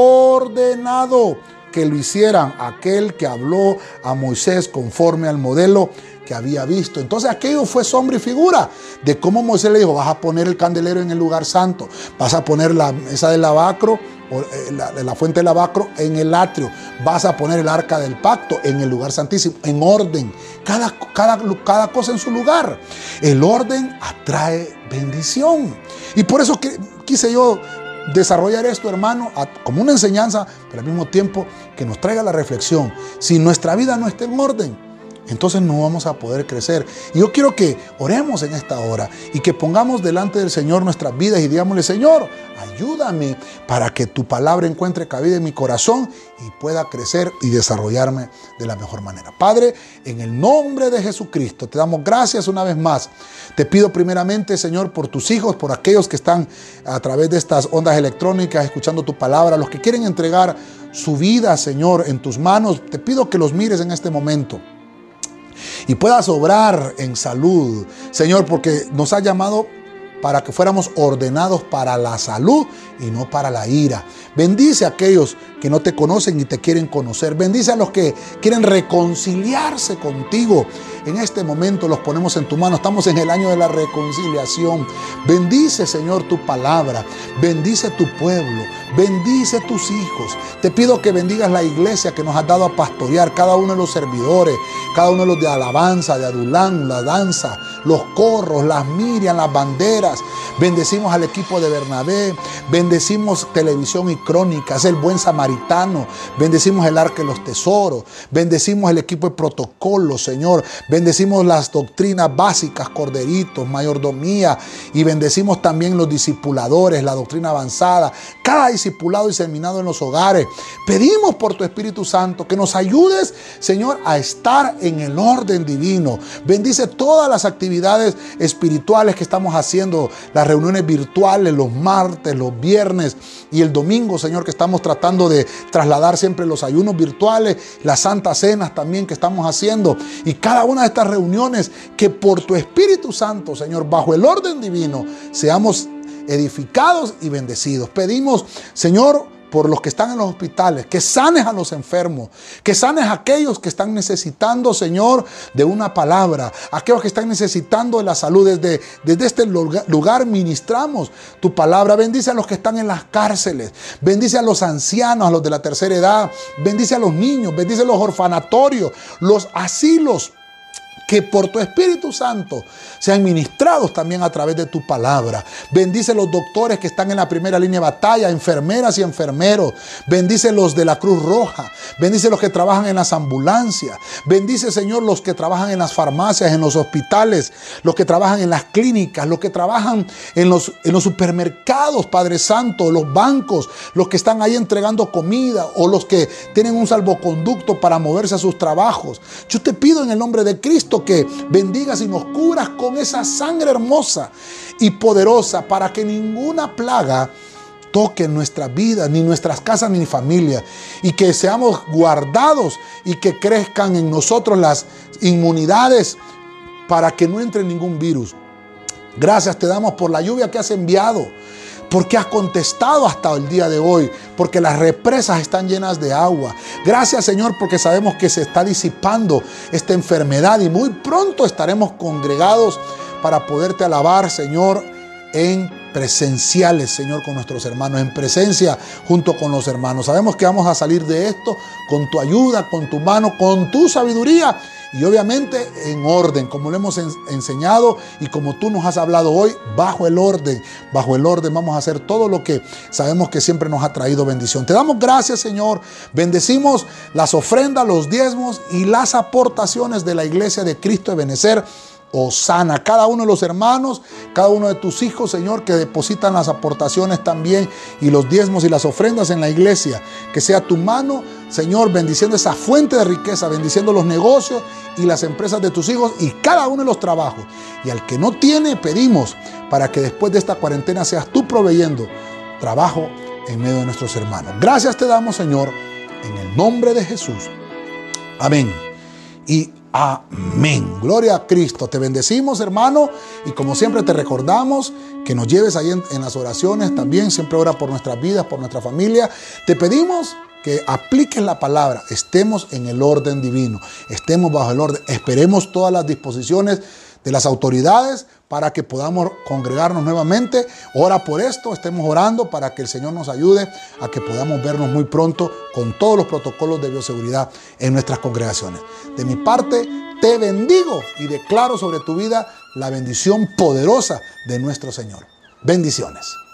ordenado que lo hicieran aquel que habló a Moisés conforme al modelo que había visto. Entonces aquello fue sombra y figura de cómo Moisés le dijo: vas a poner el candelero en el lugar santo, vas a poner la mesa del lavacro, la, la fuente del lavacro en el atrio, vas a poner el arca del pacto en el lugar santísimo, en orden, cada, cada, cada cosa en su lugar. El orden atrae bendición, y por eso que, quise yo desarrollar esto, hermano, como una enseñanza, pero al mismo tiempo que nos traiga la reflexión. Si nuestra vida no está en orden, entonces no vamos a poder crecer. Y yo quiero que oremos en esta hora y que pongamos delante del Señor nuestras vidas y digámosle: Señor, ayúdame para que tu palabra encuentre cabida en mi corazón y pueda crecer y desarrollarme de la mejor manera. Padre, en el nombre de Jesucristo, te damos gracias una vez más. Te pido primeramente, Señor, por tus hijos, por aquellos que están a través de estas ondas electrónicas escuchando tu palabra, los que quieren entregar su vida, Señor, en tus manos. Te pido que los mires en este momento y puedas obrar en salud, Señor, porque nos has llamado para que fuéramos ordenados para la salud y no para la ira. Bendice a aquellos que no te conocen y te quieren conocer. Bendice a los que quieren reconciliarse contigo. En este momento los ponemos en tu mano. Estamos en el año de la reconciliación. Bendice, Señor, tu palabra. Bendice tu pueblo. Bendice tus hijos. Te pido que bendigas la iglesia que nos has dado a pastorear, cada uno de los servidores, cada uno de los de alabanza, de adulán, la danza, los corros, las Miriam, las banderas. Bendecimos al equipo de Bernabé. Bendecimos Televisión y Crónicas, El Buen Samaritano. Bendecimos el Arca de los Tesoros. Bendecimos el equipo de Protocolo, Señor. Bendecimos las doctrinas básicas, Corderitos, Mayordomía. Y bendecimos también los discipuladores, la doctrina avanzada. Cada discipulado y seminado en los hogares. Pedimos por tu Espíritu Santo que nos ayudes, Señor, a estar en el orden divino. Bendice todas las actividades espirituales que estamos haciendo, las reuniones virtuales, los martes, los viernes y el domingo, Señor, que estamos tratando de trasladar siempre los ayunos virtuales, las santas cenas también que estamos haciendo, y cada una de estas reuniones, que por tu Espíritu Santo, Señor, bajo el orden divino, seamos edificados y bendecidos. Pedimos, Señor, por los que están en los hospitales, que sanes a los enfermos, que sanes a aquellos que están necesitando, Señor, de una palabra, aquellos que están necesitando de la salud. Desde, desde este lugar ministramos tu palabra. Bendice a los que están en las cárceles, bendice a los ancianos, a los de la tercera edad, bendice a los niños, bendice a los orfanatorios, los asilos, que por tu Espíritu Santo sean ministrados también a través de tu palabra. Bendice los doctores que están en la primera línea de batalla, enfermeras y enfermeros. Bendice los de la Cruz Roja. Bendice los que trabajan en las ambulancias. Bendice, Señor, los que trabajan en las farmacias, en los hospitales, los que trabajan en las clínicas, los que trabajan en los, en los supermercados, Padre Santo, los bancos, los que están ahí entregando comida, o los que tienen un salvoconducto para moverse a sus trabajos. Yo te pido en el nombre de Cristo que bendigas y nos cubras con esa sangre hermosa y poderosa, para que ninguna plaga toque nuestras vidas, ni nuestras casas, ni familia, y que seamos guardados y que crezcan en nosotros las inmunidades para que no entre ningún virus. Gracias te damos por la lluvia que has enviado, porque has contestado hasta el día de hoy, porque las represas están llenas de agua. Gracias, Señor, porque sabemos que se está disipando esta enfermedad y muy pronto estaremos congregados para poderte alabar, Señor, en presenciales, Señor, con nuestros hermanos, en presencia junto con los hermanos. Sabemos que vamos a salir de esto con tu ayuda, con tu mano, con tu sabiduría, y obviamente en orden, como lo hemos en, enseñado y como tú nos has hablado hoy, bajo el orden, bajo el orden vamos a hacer todo lo que sabemos que siempre nos ha traído bendición. Te damos gracias, Señor. Bendecimos las ofrendas, los diezmos y las aportaciones de la Iglesia de Cristo de Benecer. Osana, cada uno de los hermanos, cada uno de tus hijos, Señor, que depositan las aportaciones también y los diezmos y las ofrendas en la iglesia. Que sea tu mano, Señor, bendiciendo esa fuente de riqueza, bendiciendo los negocios y las empresas de tus hijos y cada uno de los trabajos. Y al que no tiene, pedimos para que después de esta cuarentena seas tú proveyendo trabajo en medio de nuestros hermanos. Gracias te damos, Señor, en el nombre de Jesús. Amén. Y amén. Gloria a Cristo. Te bendecimos, hermano. Y como siempre te recordamos que nos lleves ahí en, en las oraciones también. Siempre ora por nuestras vidas, por nuestra familia. Te pedimos que apliques la palabra. Estemos en el orden divino. Estemos bajo el orden. Esperemos todas las disposiciones de las autoridades para que podamos congregarnos nuevamente. Ora por esto, estemos orando para que el Señor nos ayude a que podamos vernos muy pronto con todos los protocolos de bioseguridad en nuestras congregaciones. De mi parte, te bendigo y declaro sobre tu vida la bendición poderosa de nuestro Señor. Bendiciones.